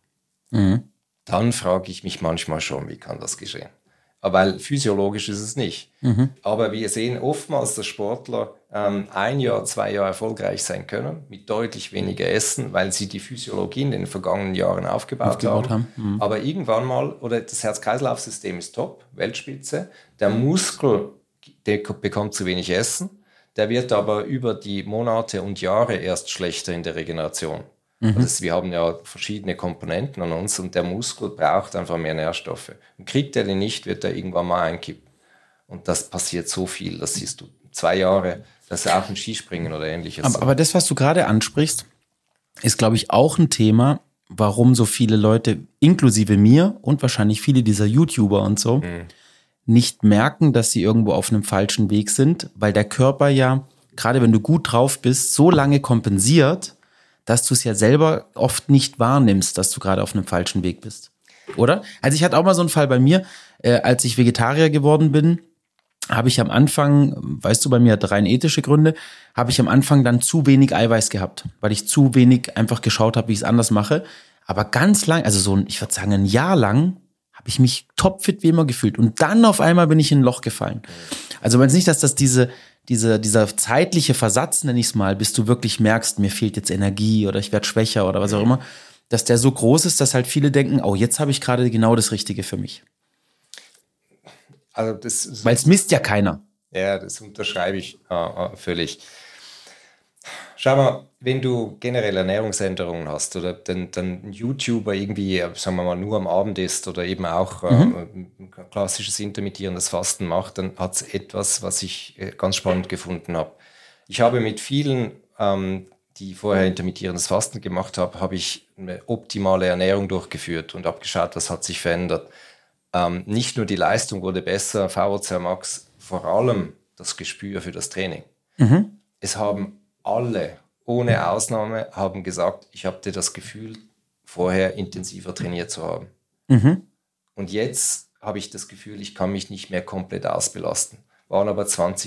Dann frage ich mich manchmal schon, wie kann das geschehen? Weil physiologisch ist es nicht. Aber wir sehen oftmals, dass Sportler 1 Jahr, 2 Jahre erfolgreich sein können, mit deutlich weniger Essen, weil sie die Physiologie in den vergangenen Jahren aufgebaut haben. Aber irgendwann mal, oder das Herz-Kreislauf-System ist top, Weltspitze, der Muskel, der bekommt zu wenig Essen, der wird aber über die Monate und Jahre erst schlechter in der Regeneration. Also wir haben ja verschiedene Komponenten an uns und der Muskel braucht einfach mehr Nährstoffe. Und kriegt er den nicht, wird er irgendwann mal einkippen. Und das passiert so viel, das siehst du 2 Jahre, das ist auch ein Skispringen oder ähnliches. Aber das, was du gerade ansprichst, ist, glaube ich, auch ein Thema, warum so viele Leute, inklusive mir und wahrscheinlich viele dieser YouTuber und so, nicht merken, dass sie irgendwo auf einem falschen Weg sind, weil der Körper ja, gerade wenn du gut drauf bist, so lange kompensiert, dass du es ja selber oft nicht wahrnimmst, dass du gerade auf einem falschen Weg bist. Oder? Also ich hatte auch mal so einen Fall bei mir, als ich Vegetarier geworden bin, habe ich am Anfang, weißt du, bei mir hat rein ethische Gründe, habe ich am Anfang dann zu wenig Eiweiß gehabt, weil ich zu wenig einfach geschaut habe, wie ich es anders mache. Aber ganz lang, also so, ich würde sagen, ein Jahr lang habe ich mich topfit wie immer gefühlt. Und dann auf einmal bin ich in ein Loch gefallen. Also meinst nicht, dass das dieser zeitliche Versatz, nenne ich es mal, bis du wirklich merkst, mir fehlt jetzt Energie oder ich werde schwächer oder was auch immer, dass der so groß ist, dass halt viele denken, oh, jetzt habe ich gerade genau das Richtige für mich. Also weil es misst ja keiner. Ja, das unterschreibe ich völlig. Schau mal, wenn du generell Ernährungsänderungen hast oder dann ein YouTuber irgendwie, sagen wir mal, nur am Abend isst oder eben auch ein klassisches intermittierendes Fasten macht, dann hat es etwas, was ich ganz spannend gefunden habe. Ich habe mit vielen, die vorher intermittierendes Fasten gemacht haben, habe ich eine optimale Ernährung durchgeführt und habe geschaut, was hat sich verändert. Nicht nur die Leistung wurde besser, VO2 Max, vor allem das Gespür für das Training. Es haben alle, ohne Ausnahme, haben gesagt, ich hatte das Gefühl, vorher intensiver trainiert zu haben. Und jetzt habe ich das Gefühl, ich kann mich nicht mehr komplett ausbelasten. Waren aber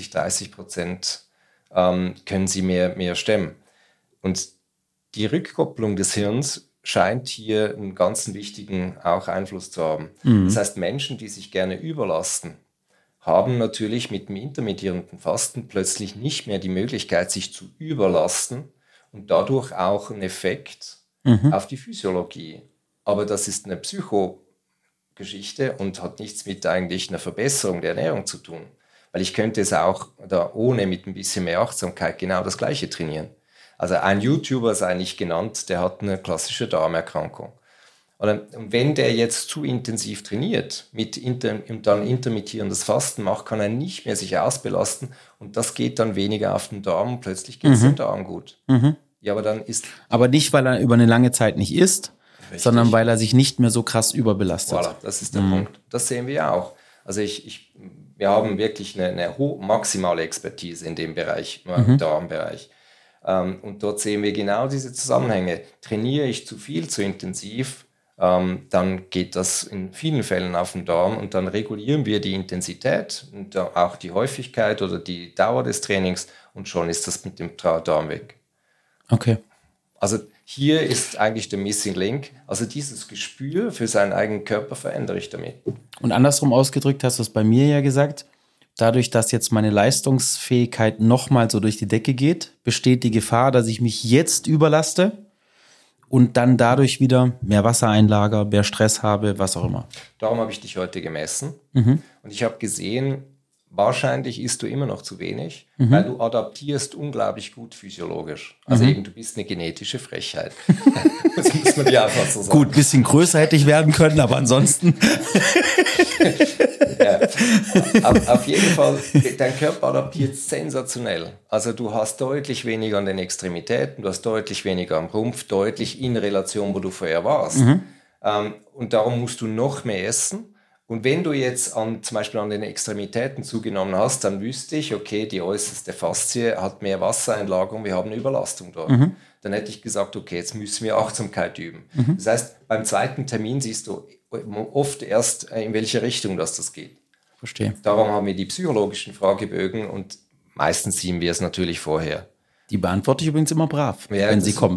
20-30% können sie mehr stemmen. Und die Rückkopplung des Hirns scheint hier einen ganz wichtigen auch Einfluss zu haben. Das heißt, Menschen, die sich gerne überlasten, haben natürlich mit dem intermittierenden Fasten plötzlich nicht mehr die Möglichkeit, sich zu überlasten und dadurch auch einen Effekt auf die Physiologie. Aber das ist eine Psychogeschichte und hat nichts mit eigentlich einer Verbesserung der Ernährung zu tun. Weil ich könnte es auch da ohne mit ein bisschen mehr Achtsamkeit genau das Gleiche trainieren. Also ein YouTuber, sei nicht genannt, der hat eine klassische Darmerkrankung. Und wenn der jetzt zu intensiv trainiert, dann intermittierendes Fasten macht, kann er nicht mehr sich ausbelasten und das geht dann weniger auf den Darm und plötzlich geht es dem Darm gut. Ja, aber nicht, weil er über eine lange Zeit nicht isst, richtig, sondern weil er sich nicht mehr so krass überbelastet. Voilà, das ist der Punkt. Das sehen wir ja auch. Also wir haben wirklich eine maximale Expertise in dem Bereich, im Darmbereich. Und dort sehen wir genau diese Zusammenhänge. Trainiere ich zu viel, zu intensiv, dann geht das in vielen Fällen auf den Darm und dann regulieren wir die Intensität und auch die Häufigkeit oder die Dauer des Trainings und schon ist das mit dem Darm weg. Okay. Also hier ist eigentlich der Missing Link. Also dieses Gespür für seinen eigenen Körper verändere ich damit. Und andersrum ausgedrückt hast du es bei mir ja gesagt, dadurch, dass jetzt meine Leistungsfähigkeit nochmal so durch die Decke geht, besteht die Gefahr, dass ich mich jetzt überlaste und dann dadurch wieder mehr Wasser einlager, mehr Stress habe, was auch immer. Darum habe ich dich heute gemessen und ich habe gesehen, wahrscheinlich isst du immer noch zu wenig, weil du adaptierst unglaublich gut physiologisch. Also eben, du bist eine genetische Frechheit. Das muss man dir einfach so sagen. Gut, ein bisschen größer hätte ich werden können, aber ansonsten... Ja. Auf jeden Fall, dein Körper adaptiert sensationell. Also du hast deutlich weniger an den Extremitäten, du hast deutlich weniger am Rumpf, deutlich in Relation, wo du vorher warst. Und darum musst du noch mehr essen. Und wenn du jetzt zum Beispiel an den Extremitäten zugenommen hast, dann wüsste ich, okay, die äußerste Faszie hat mehr Wassereinlagerung, wir haben eine Überlastung dort. Dann hätte ich gesagt, okay, jetzt müssen wir Achtsamkeit üben. Das heißt, beim zweiten Termin siehst du oft erst, in welche Richtung das geht. Verstehe. Darum haben wir die psychologischen Fragebögen und meistens sehen wir es natürlich vorher. Die beantworte ich übrigens immer brav, wenn sie kommen.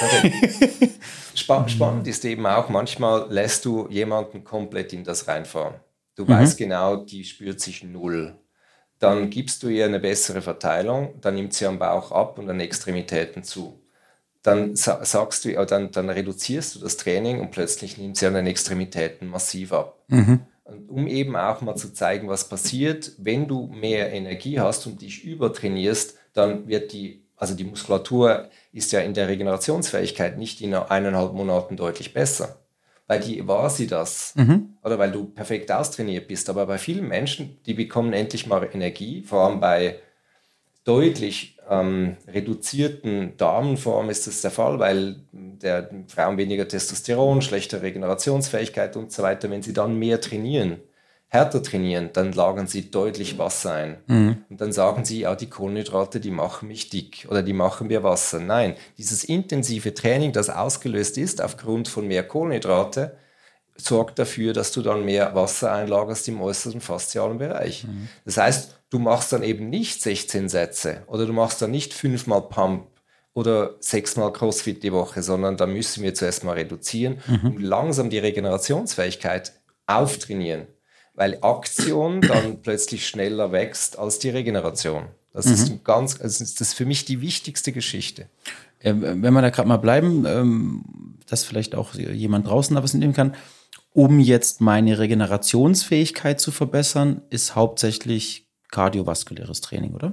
Spannend ist eben auch, manchmal lässt du jemanden komplett in das reinfahren. Du weißt genau, die spürt sich null. Dann gibst du ihr eine bessere Verteilung, dann nimmt sie am Bauch ab und an Extremitäten zu. Dann sagst du, dann reduzierst du das Training und plötzlich nimmt sie an den Extremitäten massiv ab. Und um eben auch mal zu zeigen, was passiert, wenn du mehr Energie hast und dich übertrainierst, dann wird die Muskulatur ist ja in der Regenerationsfähigkeit nicht in 1,5 Monaten deutlich besser. Bei dir war sie das. Oder weil du perfekt austrainiert bist. Aber bei vielen Menschen, die bekommen endlich mal Energie, vor allem bei deutlich reduzierten Darmenformen ist das der Fall, weil Frauen weniger Testosteron, schlechte Regenerationsfähigkeit und so weiter. Wenn sie dann mehr trainieren, härter trainieren, dann lagern sie deutlich Wasser ein. Und dann sagen sie, ja, die Kohlenhydrate, die machen mich dick oder die machen mir Wasser. Nein, dieses intensive Training, das ausgelöst ist aufgrund von mehr Kohlenhydrate, sorgt dafür, dass du dann mehr Wasser einlagerst im äußeren faszialen Bereich. Das heißt, du machst dann eben nicht 16 Sätze oder du machst dann nicht 5-mal Pump oder 6-mal Crossfit die Woche, sondern da müssen wir zuerst mal reduzieren und langsam die Regenerationsfähigkeit auftrainieren. Weil Aktion dann plötzlich schneller wächst als die Regeneration. Das ist das ist für mich die wichtigste Geschichte. Wenn wir da gerade mal bleiben, dass vielleicht auch jemand draußen da was entnehmen kann, um jetzt meine Regenerationsfähigkeit zu verbessern, ist hauptsächlich kardiovaskuläres Training, oder?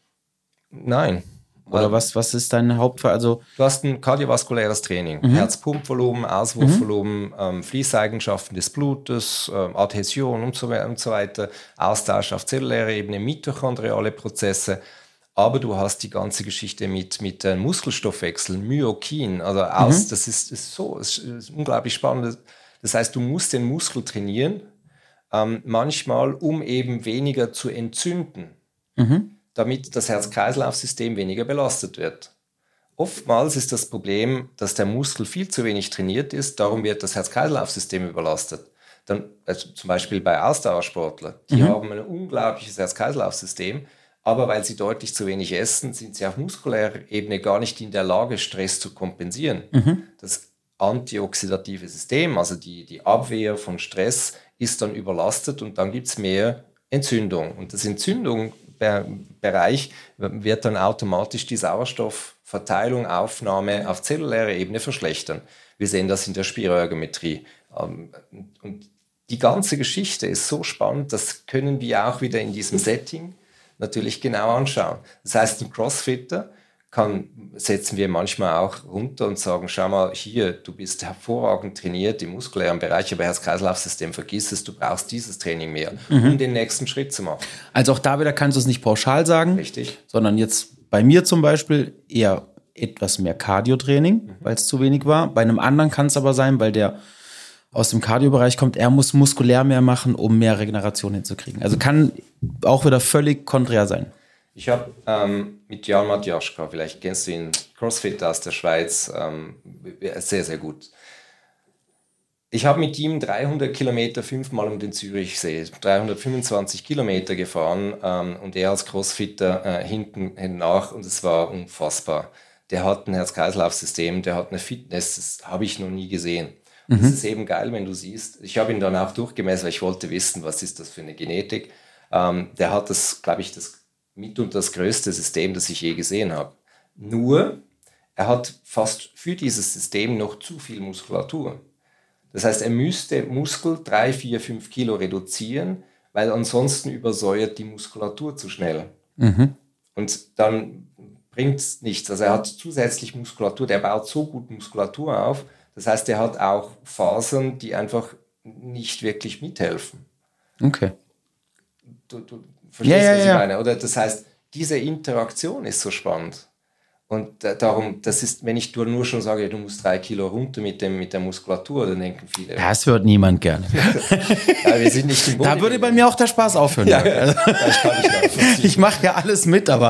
Nein. Oder was ist dein Hauptfall? Also du hast ein kardiovaskuläres Training. Herzpumpvolumen, Auswurfvolumen, Fließeigenschaften des Blutes, Adhäsion und so weiter, Austausch auf zellulärer Ebene, mitochondriale Prozesse. Aber du hast die ganze Geschichte mit Muskelstoffwechsel, Myokin. Also das ist unglaublich spannend. Das heißt, du musst den Muskel trainieren manchmal um eben weniger zu entzünden, damit das Herz-Kreislauf-System weniger belastet wird. Oftmals ist das Problem, dass der Muskel viel zu wenig trainiert ist, darum wird das Herz-Kreislauf-System überlastet. Dann, also zum Beispiel bei Ausdauersportlern, die haben ein unglaubliches Herz-Kreislauf-System, aber weil sie deutlich zu wenig essen, sind sie auf muskulärer Ebene gar nicht in der Lage, Stress zu kompensieren. Das antioxidative System, also die Abwehr von Stress, ist dann überlastet und dann gibt es mehr Entzündung. Und das Entzündungsbereich wird dann automatisch die Sauerstoffverteilung, Aufnahme auf zellulärer Ebene verschlechtern. Wir sehen das in der Spiroergometrie. Und die ganze Geschichte ist so spannend, das können wir auch wieder in diesem Setting natürlich genau anschauen. Das heißt, ein Crossfitter setzen wir manchmal auch runter und sagen, schau mal hier, du bist hervorragend trainiert im muskulären Bereich, aber Herz-Kreislauf-System, vergiss es, du brauchst dieses Training mehr, um den nächsten Schritt zu machen. Also auch da wieder kannst du es nicht pauschal sagen, richtig, sondern jetzt bei mir zum Beispiel eher etwas mehr Cardio-Training, weil es zu wenig war. Bei einem anderen kann es aber sein, weil der aus dem Cardio-Bereich kommt, er muss muskulär mehr machen, um mehr Regeneration hinzukriegen. Also kann auch wieder völlig konträr sein. Ich habe mit Jan Matjaschka, vielleicht kennst du ihn, Crossfitter aus der Schweiz, sehr, sehr gut. Ich habe mit ihm 300 Kilometer 5-mal um den Zürichsee, 325 Kilometer gefahren und er als Crossfitter hinten nach und es war unfassbar. Der hat ein Herz-Kreislauf-System, der hat eine Fitness, das habe ich noch nie gesehen. Das ist eben geil, wenn du siehst. Ich habe ihn dann auch durchgemessen, weil ich wollte wissen, was ist das für eine Genetik. Der hat das, glaube ich, mitunter das größte System, das ich je gesehen habe. Nur, er hat fast für dieses System noch zu viel Muskulatur. Das heißt, er müsste Muskel 3, 4, 5 Kilo reduzieren, weil ansonsten übersäuert die Muskulatur zu schnell. Und dann bringt es nichts. Also er hat zusätzlich Muskulatur, der baut so gut Muskulatur auf. Das heißt, er hat auch Fasern, die einfach nicht wirklich mithelfen. Okay. Du verstehst, was ich meine? Oder das heißt, diese Interaktion ist so spannend. Und darum, das ist, wenn ich nur schon sage, du musst 3 Kilo runter mit der Muskulatur, dann denken viele. Das hört niemand gerne. Ja, wir sind nicht im Da würde bei mir auch der Spaß aufhören. Das kann ich nachvollziehen. Ich mache ja alles mit, aber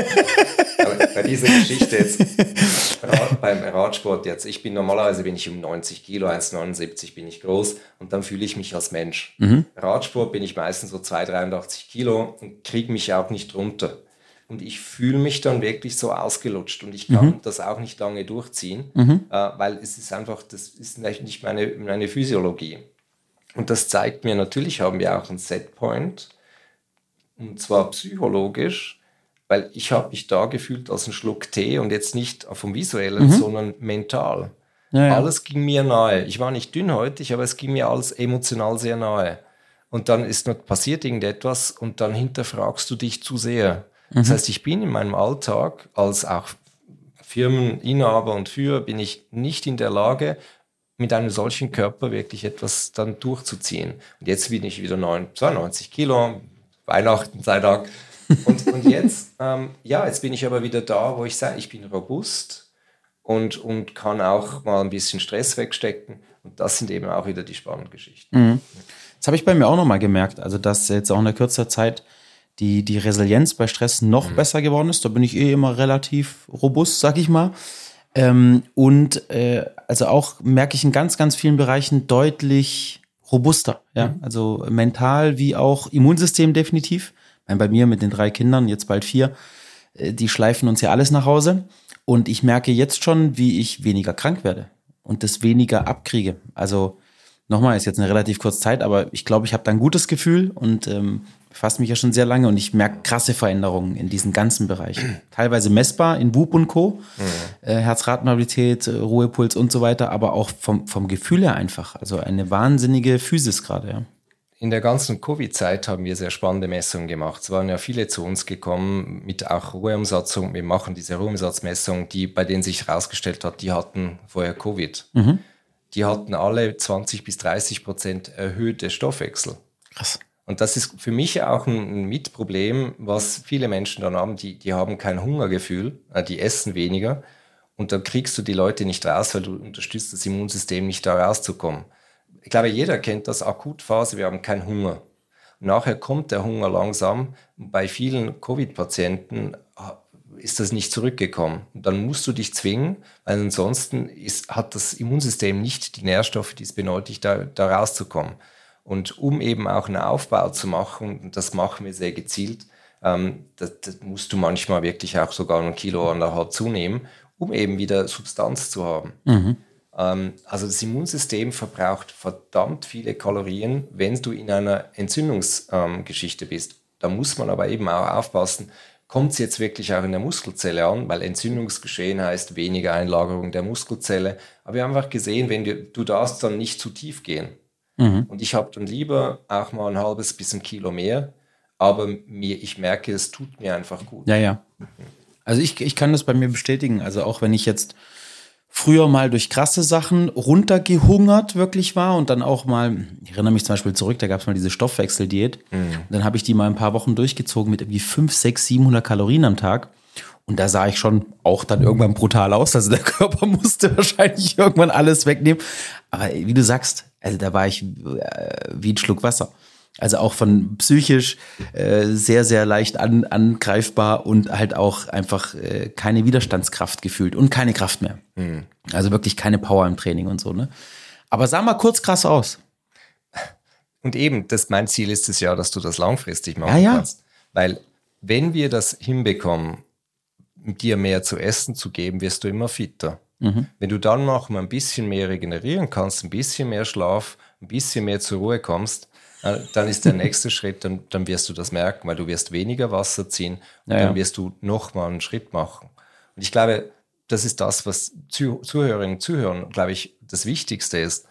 bei dieser Geschichte jetzt, beim Radsport jetzt, normalerweise bin ich um 90 Kilo, 1,79 bin ich groß und dann fühle ich mich als Mensch. Radsport bin ich meistens so 83 Kilo und kriege mich auch nicht runter. Und ich fühle mich dann wirklich so ausgelutscht und ich kann das auch nicht lange durchziehen, weil es ist einfach, das ist nicht meine Physiologie. Und das zeigt mir, natürlich haben wir auch einen Setpoint, und zwar psychologisch, weil ich habe mich da gefühlt als ein Schluck Tee und jetzt nicht vom Visuellen, sondern mental. Ja. Alles ging mir nahe. Ich war nicht dünnhäutig, aber es ging mir alles emotional sehr nahe. Und dann passiert irgendetwas und dann hinterfragst du dich zu sehr. Das heißt, ich bin in meinem Alltag als auch Firmeninhaber und Führer bin ich nicht in der Lage, mit einem solchen Körper wirklich etwas dann durchzuziehen. Und jetzt bin ich wieder 92 Kilo, Weihnachten sei Dank. Und jetzt, jetzt bin ich aber wieder da, wo ich sage, ich bin robust und kann auch mal ein bisschen Stress wegstecken. Und das sind eben auch wieder die spannenden Geschichten. Das habe ich bei mir auch nochmal gemerkt, also dass jetzt auch in der kürzer Zeit die Resilienz bei Stress noch besser geworden ist. Da bin ich immer relativ robust, sag ich mal. Also auch merke ich in ganz, ganz vielen Bereichen deutlich robuster. Ja? Also mental wie auch Immunsystem definitiv. Bei mir mit den 3 Kindern, jetzt bald 4, die schleifen uns ja alles nach Hause. Und ich merke jetzt schon, wie ich weniger krank werde und das weniger abkriege. Also nochmal, ist jetzt eine relativ kurze Zeit, aber ich glaube, ich habe da ein gutes Gefühl und befasst mich ja schon sehr lange und ich merke krasse Veränderungen in diesen ganzen Bereichen. Teilweise messbar in WHOOP und Co., Herzratenmobilität, Ruhepuls und so weiter, aber auch vom Gefühl her einfach. Also eine wahnsinnige Physis gerade, ja. In der ganzen Covid-Zeit haben wir sehr spannende Messungen gemacht. Es waren ja viele zu uns gekommen mit auch Ruheumsatzung. Wir machen diese Ruheumsatzmessung, bei denen sich herausgestellt hat, die hatten vorher Covid. Die hatten alle 20-30% erhöhte Stoffwechsel. Krass. Und das ist für mich auch ein Mitproblem, was viele Menschen dann haben, die haben kein Hungergefühl, die essen weniger und dann kriegst du die Leute nicht raus, weil du unterstützt das Immunsystem nicht da rauszukommen. ich glaube, jeder kennt das, Akutphase, wir haben keinen Hunger. Nachher kommt der Hunger langsam. Bei vielen Covid-Patienten ist das nicht zurückgekommen. Dann musst du dich zwingen, weil ansonsten hat das Immunsystem nicht die Nährstoffe, die es benötigt, da rauszukommen. Und um eben auch einen Aufbau zu machen, und das machen wir sehr gezielt, das musst du manchmal wirklich auch sogar 1,5 Kilo zunehmen, um eben wieder Substanz zu haben. Also das Immunsystem verbraucht verdammt viele Kalorien, wenn du in einer Entzündungsgeschichte bist. Da muss man aber eben auch aufpassen, kommt es jetzt wirklich auch in der Muskelzelle an, weil Entzündungsgeschehen heißt weniger Einlagerung der Muskelzelle. Aber wir haben einfach gesehen, wenn du darfst dann nicht zu tief gehen. Und ich habe dann lieber auch mal 0,5 bis 1 Kilo mehr, aber ich merke, es tut mir einfach gut. Ja. Also ich kann das bei mir bestätigen. Also auch wenn ich jetzt früher mal durch krasse Sachen runtergehungert wirklich war und dann auch mal, ich erinnere mich zum Beispiel zurück, da gab es mal diese Stoffwechseldiät. Und dann habe ich die mal ein paar Wochen durchgezogen mit irgendwie 500, 600, 700 Kalorien am Tag. Und da sah ich schon auch dann irgendwann brutal aus. Also der Körper musste wahrscheinlich irgendwann alles wegnehmen. Aber wie du sagst, also da war ich wie ein Schluck Wasser. Also auch von psychisch sehr, sehr leicht angreifbar und halt auch einfach keine Widerstandskraft gefühlt und keine Kraft mehr. Also wirklich keine Power im Training und so, ne? Aber sah mal kurz krass aus. Und eben, mein Ziel ist es ja, dass du das langfristig machen kannst. Weil wenn wir das hinbekommen, dir mehr zu essen zu geben, wirst du immer fitter. Wenn du dann noch mal ein bisschen mehr regenerieren kannst, ein bisschen mehr Schlaf, ein bisschen mehr zur Ruhe kommst, dann ist der nächste Schritt, dann wirst du das merken, weil du wirst weniger Wasser ziehen und dann wirst du nochmal einen Schritt machen. Und ich glaube, das ist das, was Zuhörerinnen und Zuhörer, glaube ich, das Wichtigste ist.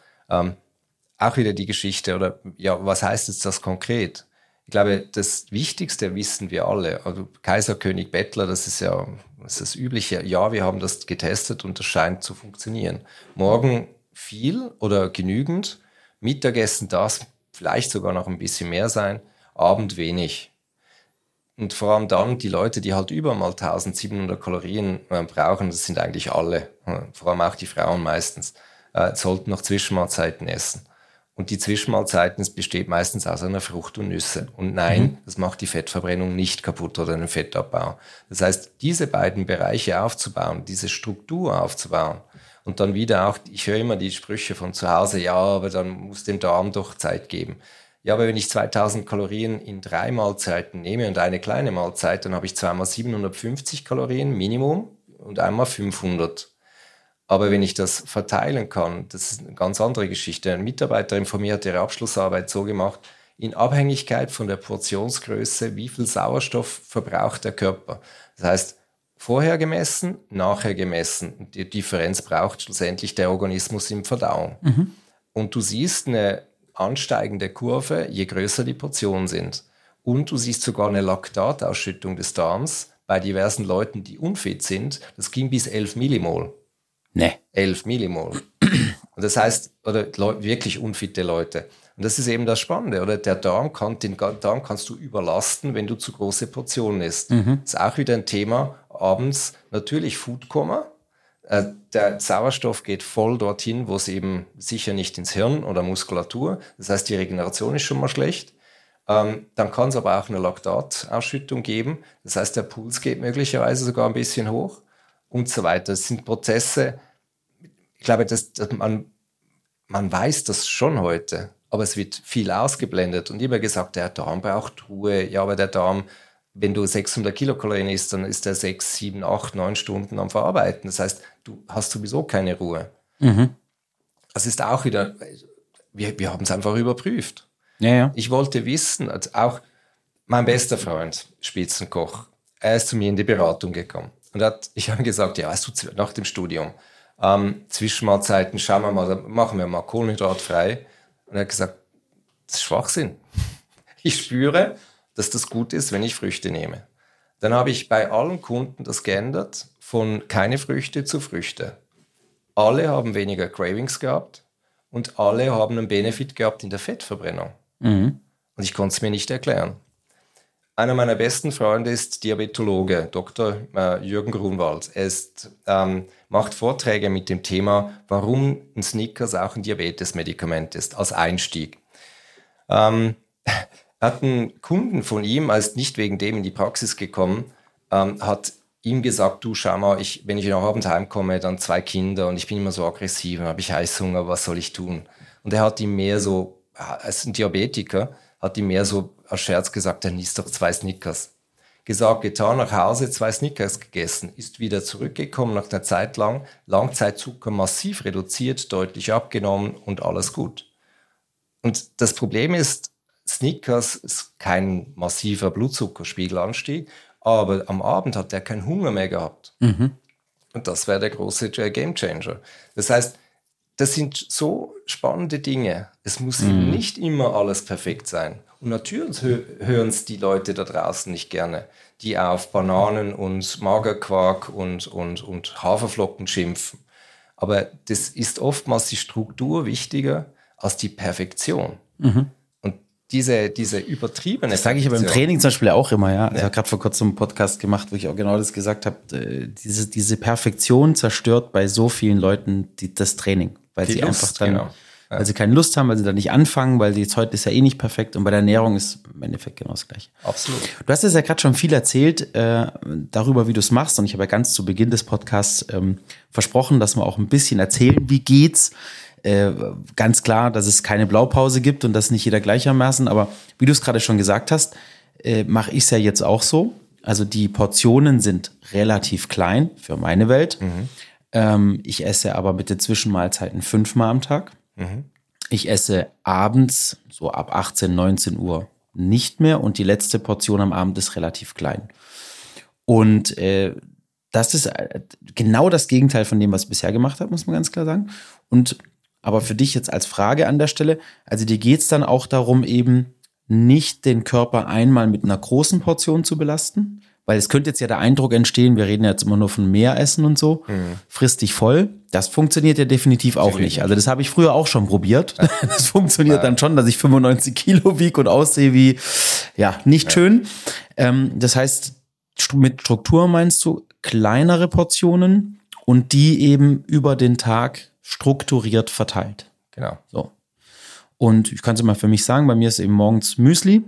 Auch wieder die Geschichte oder ja, was heißt jetzt das konkret? Ich glaube, das Wichtigste wissen wir alle. Also Kaiser, König, Bettler, das ist das Übliche. Ja, wir haben das getestet und das scheint zu funktionieren. Morgen viel oder genügend, Mittagessen das, vielleicht sogar noch ein bisschen mehr sein, Abend wenig. Und vor allem dann die Leute, die halt über mal 1700 Kalorien brauchen, das sind eigentlich alle, vor allem auch die Frauen meistens, sollten noch Zwischenmahlzeiten essen. Und die Zwischenmahlzeiten, es besteht meistens aus einer Frucht und Nüsse. Und nein, das macht die Fettverbrennung nicht kaputt oder den Fettabbau. Das heißt, diese beiden Bereiche aufzubauen, diese Struktur aufzubauen und dann wieder auch, ich höre immer die Sprüche von zu Hause, ja, aber dann muss dem Darm doch Zeit geben. Ja, aber wenn ich 2000 Kalorien in 3 Mahlzeiten nehme und eine kleine Mahlzeit, dann habe ich zweimal 750 Kalorien Minimum und einmal 500. Aber wenn ich das verteilen kann, das ist eine ganz andere Geschichte. Ein Mitarbeiterin von mir hat ihre Abschlussarbeit so gemacht, in Abhängigkeit von der Portionsgröße, wie viel Sauerstoff verbraucht der Körper. Das heißt, vorher gemessen, nachher gemessen. Und die Differenz braucht schlussendlich der Organismus in Verdauung. Und du siehst eine ansteigende Kurve, je größer die Portionen sind. Und du siehst sogar eine Laktatausschüttung des Darms bei diversen Leuten, die unfit sind. Das ging bis 11 Millimol. Ne. 11 Millimol. Und das heißt, oder wirklich unfitte Leute. Und das ist eben das Spannende, oder? Den Darm kannst du überlasten, wenn du zu große Portionen isst. Das ist auch wieder ein Thema. Abends natürlich Foodkoma. Der Sauerstoff geht voll dorthin, wo es eben sicher nicht ins Hirn oder Muskulatur. Das heißt, die Regeneration ist schon mal schlecht. Dann kann es aber auch eine Laktatausschüttung geben. Das heißt, der Puls geht möglicherweise sogar ein bisschen hoch und so weiter. Das sind Prozesse, ich glaube, dass man weiß das schon heute, aber es wird viel ausgeblendet und immer gesagt, der Darm braucht Ruhe. Ja, aber der Darm, wenn du 600 Kilokalorien isst, dann ist der 6, 7, 8, 9 Stunden am Verarbeiten. Das heißt, du hast sowieso keine Ruhe. Das ist auch wieder, wir haben es einfach überprüft. Ja. Ich wollte wissen, also auch mein bester Freund, Spitzenkoch, er ist zu mir in die Beratung gekommen. Und ich habe gesagt, ja, weißt du, nach dem Studium, Zwischenmahlzeiten, schauen wir mal, machen wir mal kohlenhydratfrei. Und er hat gesagt, das ist Schwachsinn. Ich spüre, dass das gut ist, wenn ich Früchte nehme. Dann habe ich bei allen Kunden das geändert, von keine Früchte zu Früchte. Alle haben weniger Cravings gehabt und alle haben einen Benefit gehabt in der Fettverbrennung. Und ich konnte es mir nicht erklären. Einer meiner besten Freunde ist Diabetologe, Dr. Jürgen Grunwald. Er macht Vorträge mit dem Thema, warum ein Snickers auch ein Diabetesmedikament ist, als Einstieg. Er hat einen Kunden von ihm, er ist nicht wegen dem in die Praxis gekommen, hat ihm gesagt, du schau mal, wenn ich nach Abend heimkomme, dann 2 Kinder und ich bin immer so aggressiv und habe ich Heißhunger, was soll ich tun? Und er hat ihm mehr so, als ein Diabetiker, hat ihm mehr so als Scherz gesagt, dann isst doch 2 Snickers. Gesagt, getan, nach Hause 2 Snickers gegessen, ist wieder zurückgekommen nach einer Zeit lang, Langzeitzucker massiv reduziert, deutlich abgenommen und alles gut. Und das Problem ist, Snickers ist kein massiver Blutzuckerspiegelanstieg, aber am Abend hat er keinen Hunger mehr gehabt. Und das wäre der große Gamechanger. Das heißt, das sind so spannende Dinge. Es muss eben nicht immer alles perfekt sein. Und natürlich hören es die Leute da draußen nicht gerne, die auf Bananen und Magerquark und Haferflocken schimpfen. Aber das ist oftmals die Struktur wichtiger als die Perfektion. Und diese übertriebene Das sage ich aber im Training zum Beispiel auch immer, ja. Ich habe gerade vor kurzem einen Podcast gemacht, wo ich auch genau das gesagt habe. Diese Perfektion zerstört bei so vielen Leuten das Training. Weil sie Lust, einfach dann, weil sie keine Lust haben, weil sie da nicht anfangen, weil jetzt heute ist ja eh nicht perfekt und bei der Ernährung ist im Endeffekt genau das Gleiche. Absolut. Du hast jetzt ja gerade schon viel erzählt darüber, wie du es machst und ich habe ja ganz zu Beginn des Podcasts versprochen, dass wir auch ein bisschen erzählen, wie geht's. Ganz klar, dass es keine Blaupause gibt und dass nicht jeder gleichermaßen, aber wie du es gerade schon gesagt hast, mache ich es ja jetzt auch so. Also die Portionen sind relativ klein für meine Welt. Ich esse aber mit den Zwischenmahlzeiten 5-mal am Tag. Ich esse abends so ab 18, 19 Uhr nicht mehr und die letzte Portion am Abend ist relativ klein. Und das ist genau das Gegenteil von dem, was ich bisher gemacht habe, muss man ganz klar sagen. Und aber für dich jetzt als Frage an der Stelle, also dir geht es dann auch darum, eben nicht den Körper einmal mit einer großen Portion zu belasten, weil es könnte jetzt ja der Eindruck entstehen, wir reden jetzt immer nur von mehr Essen und so, frisst dich voll. Das funktioniert ja definitiv auch nicht. Also das habe ich früher auch schon probiert. Das funktioniert dann schon, dass ich 95 Kilo wiege und aussehe wie, ja, nicht schön. Das heißt, mit Struktur meinst du kleinere Portionen und die eben über den Tag strukturiert verteilt. Genau. So. Und ich kann es mal für mich sagen, bei mir ist eben morgens Müsli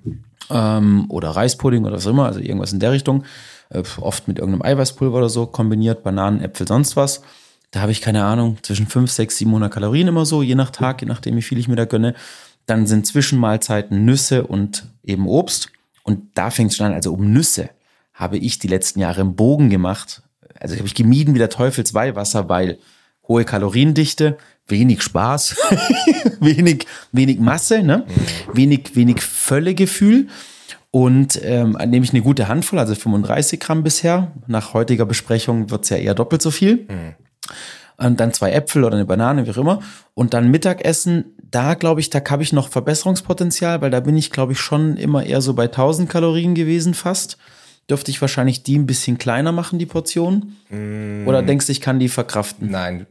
oder Reispudding oder was auch immer, also irgendwas in der Richtung, oft mit irgendeinem Eiweißpulver oder so kombiniert, Bananen, Äpfel, sonst was. Da habe ich, keine Ahnung, zwischen 500, 600, 700 Kalorien immer so, je nach Tag, je nachdem, wie viel ich mir da gönne. Dann sind Zwischenmahlzeiten Nüsse und eben Obst. Und da fängt es schon an, also um Nüsse habe ich die letzten Jahre im Bogen gemacht. Also habe ich gemieden wie der Teufelsweihwasser, weil hohe Kaloriendichte, wenig Spaß, wenig Masse, ne? Wenig Völlegefühl. Und nehme ich eine gute Handvoll, also 35 Gramm bisher. Nach heutiger Besprechung wird es ja eher doppelt so viel. Und dann 2 Äpfel oder eine Banane, wie auch immer. Und dann Mittagessen, da glaube ich, da habe ich noch Verbesserungspotenzial, weil da bin ich, glaube ich, schon immer eher so bei 1000 Kalorien gewesen fast. Dürfte ich wahrscheinlich die ein bisschen kleiner machen, die Portion? Oder denkst du, ich kann die verkraften? Nein,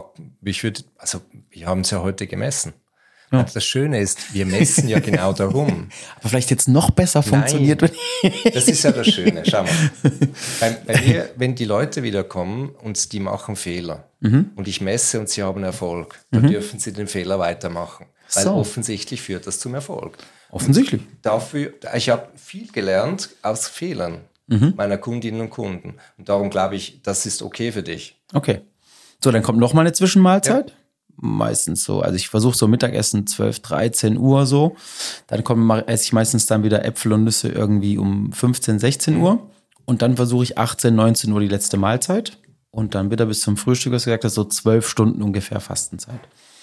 wir haben es ja heute gemessen. Ja. Das Schöne ist, wir messen ja genau darum. Aber vielleicht jetzt noch besser funktioniert. Nein, das ist ja das Schöne. Schau mal. Bei mir, wenn die Leute wieder kommen und die machen Fehler und ich messe und sie haben Erfolg, dann dürfen sie den Fehler weitermachen. Weil offensichtlich führt das zum Erfolg. Offensichtlich. Ich habe viel gelernt aus Fehlern meiner Kundinnen und Kunden. Und darum glaube ich, das ist okay für dich. Okay. So, dann kommt noch mal eine Zwischenmahlzeit. Ja. Meistens so. Also ich versuche so Mittagessen 12, 13 Uhr so. Dann esse ich meistens dann wieder Äpfel und Nüsse irgendwie um 15, 16 Uhr. Und dann versuche ich 18, 19 Uhr die letzte Mahlzeit. Und dann wieder bis zum Frühstück, was du gesagt hast, so 12 Stunden ungefähr Fastenzeit.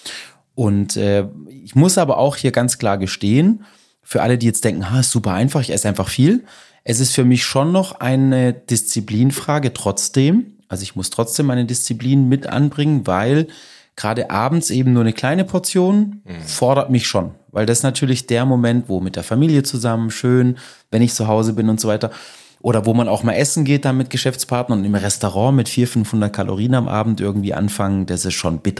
Und ich muss aber auch hier ganz klar gestehen, für alle, die jetzt denken, ist super einfach, ich esse einfach viel. Es ist für mich schon noch eine Disziplinfrage trotzdem. Also ich muss trotzdem meine Disziplin mit anbringen, weil gerade abends eben nur eine kleine Portion fordert mich schon. Weil das ist natürlich der Moment, wo mit der Familie zusammen schön, wenn ich zu Hause bin und so weiter. Oder wo man auch mal essen geht dann mit Geschäftspartnern und im Restaurant mit 400, 500 Kalorien am Abend irgendwie anfangen, das ist schon bitter.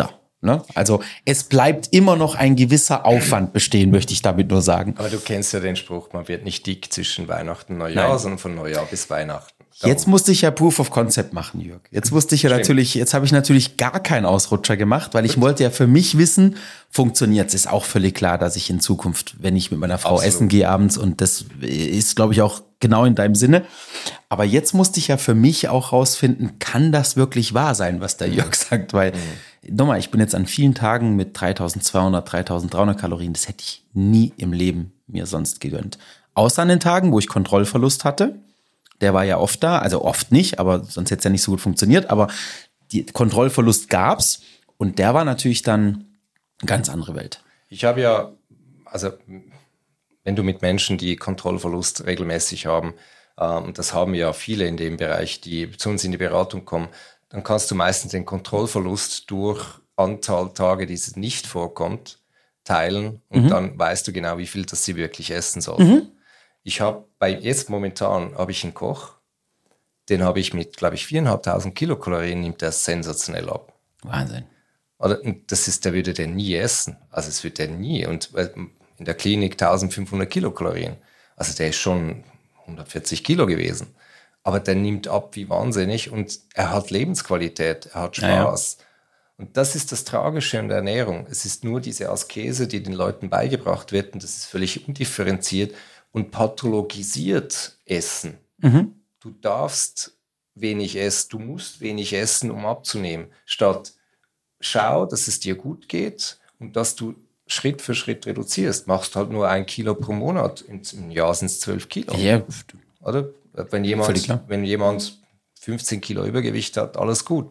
Ne? Also es bleibt immer noch ein gewisser Aufwand bestehen, möchte ich damit nur sagen. Aber du kennst ja den Spruch, man wird nicht dick zwischen Weihnachten und Neujahr, sondern von Neujahr bis Weihnachten. Jetzt musste ich ja Proof of Concept machen, Jörg. Jetzt habe ich natürlich gar keinen Ausrutscher gemacht, weil ich wollte ja für mich wissen, funktioniert es. Ist auch völlig klar, dass ich in Zukunft, wenn ich mit meiner Frau essen gehe abends, und das ist, glaube ich, auch genau in deinem Sinne. Aber jetzt musste ich ja für mich auch rausfinden, kann das wirklich wahr sein, was der Jörg sagt? Weil, nochmal, ich bin jetzt an vielen Tagen mit 3200, 3300 Kalorien. Das hätte ich nie im Leben mir sonst gegönnt. Außer an den Tagen, wo ich Kontrollverlust hatte. Der war ja oft da, also oft nicht, aber sonst hätte es ja nicht so gut funktioniert. Aber die Kontrollverlust gab's, und der war natürlich dann eine ganz andere Welt. Ich habe ja, also wenn du mit Menschen, die Kontrollverlust regelmäßig haben, und das haben ja viele in dem Bereich, die zu uns in die Beratung kommen, dann kannst du meistens den Kontrollverlust durch Anzahl Tage, die es nicht vorkommt, teilen, und dann weißt du genau, wie viel das sie wirklich essen sollten. Ich habe jetzt momentan habe ich einen Koch, den habe ich mit, glaube ich, 4.500 Kilokalorien, nimmt der sensationell ab. Wahnsinn. Oder der würde den nie essen. Also es wird der nie. Und in der Klinik 1.500 Kilokalorien. Also der ist schon 140 Kilo gewesen. Aber der nimmt ab wie wahnsinnig, und er hat Lebensqualität, er hat Spaß. Ja. Und das ist das Tragische an der Ernährung. Es ist nur diese Askese, die den Leuten beigebracht wird, und das ist völlig undifferenziert und pathologisiert Essen. Du darfst wenig essen, du musst wenig essen, um abzunehmen. Statt schau, dass es dir gut geht und dass du Schritt für Schritt reduzierst. Machst halt nur 1 Kilo pro Monat. Im Jahr sind es 12 Kilo. Ja. Oder? Wenn jemand 15 Kilo Übergewicht hat, alles gut.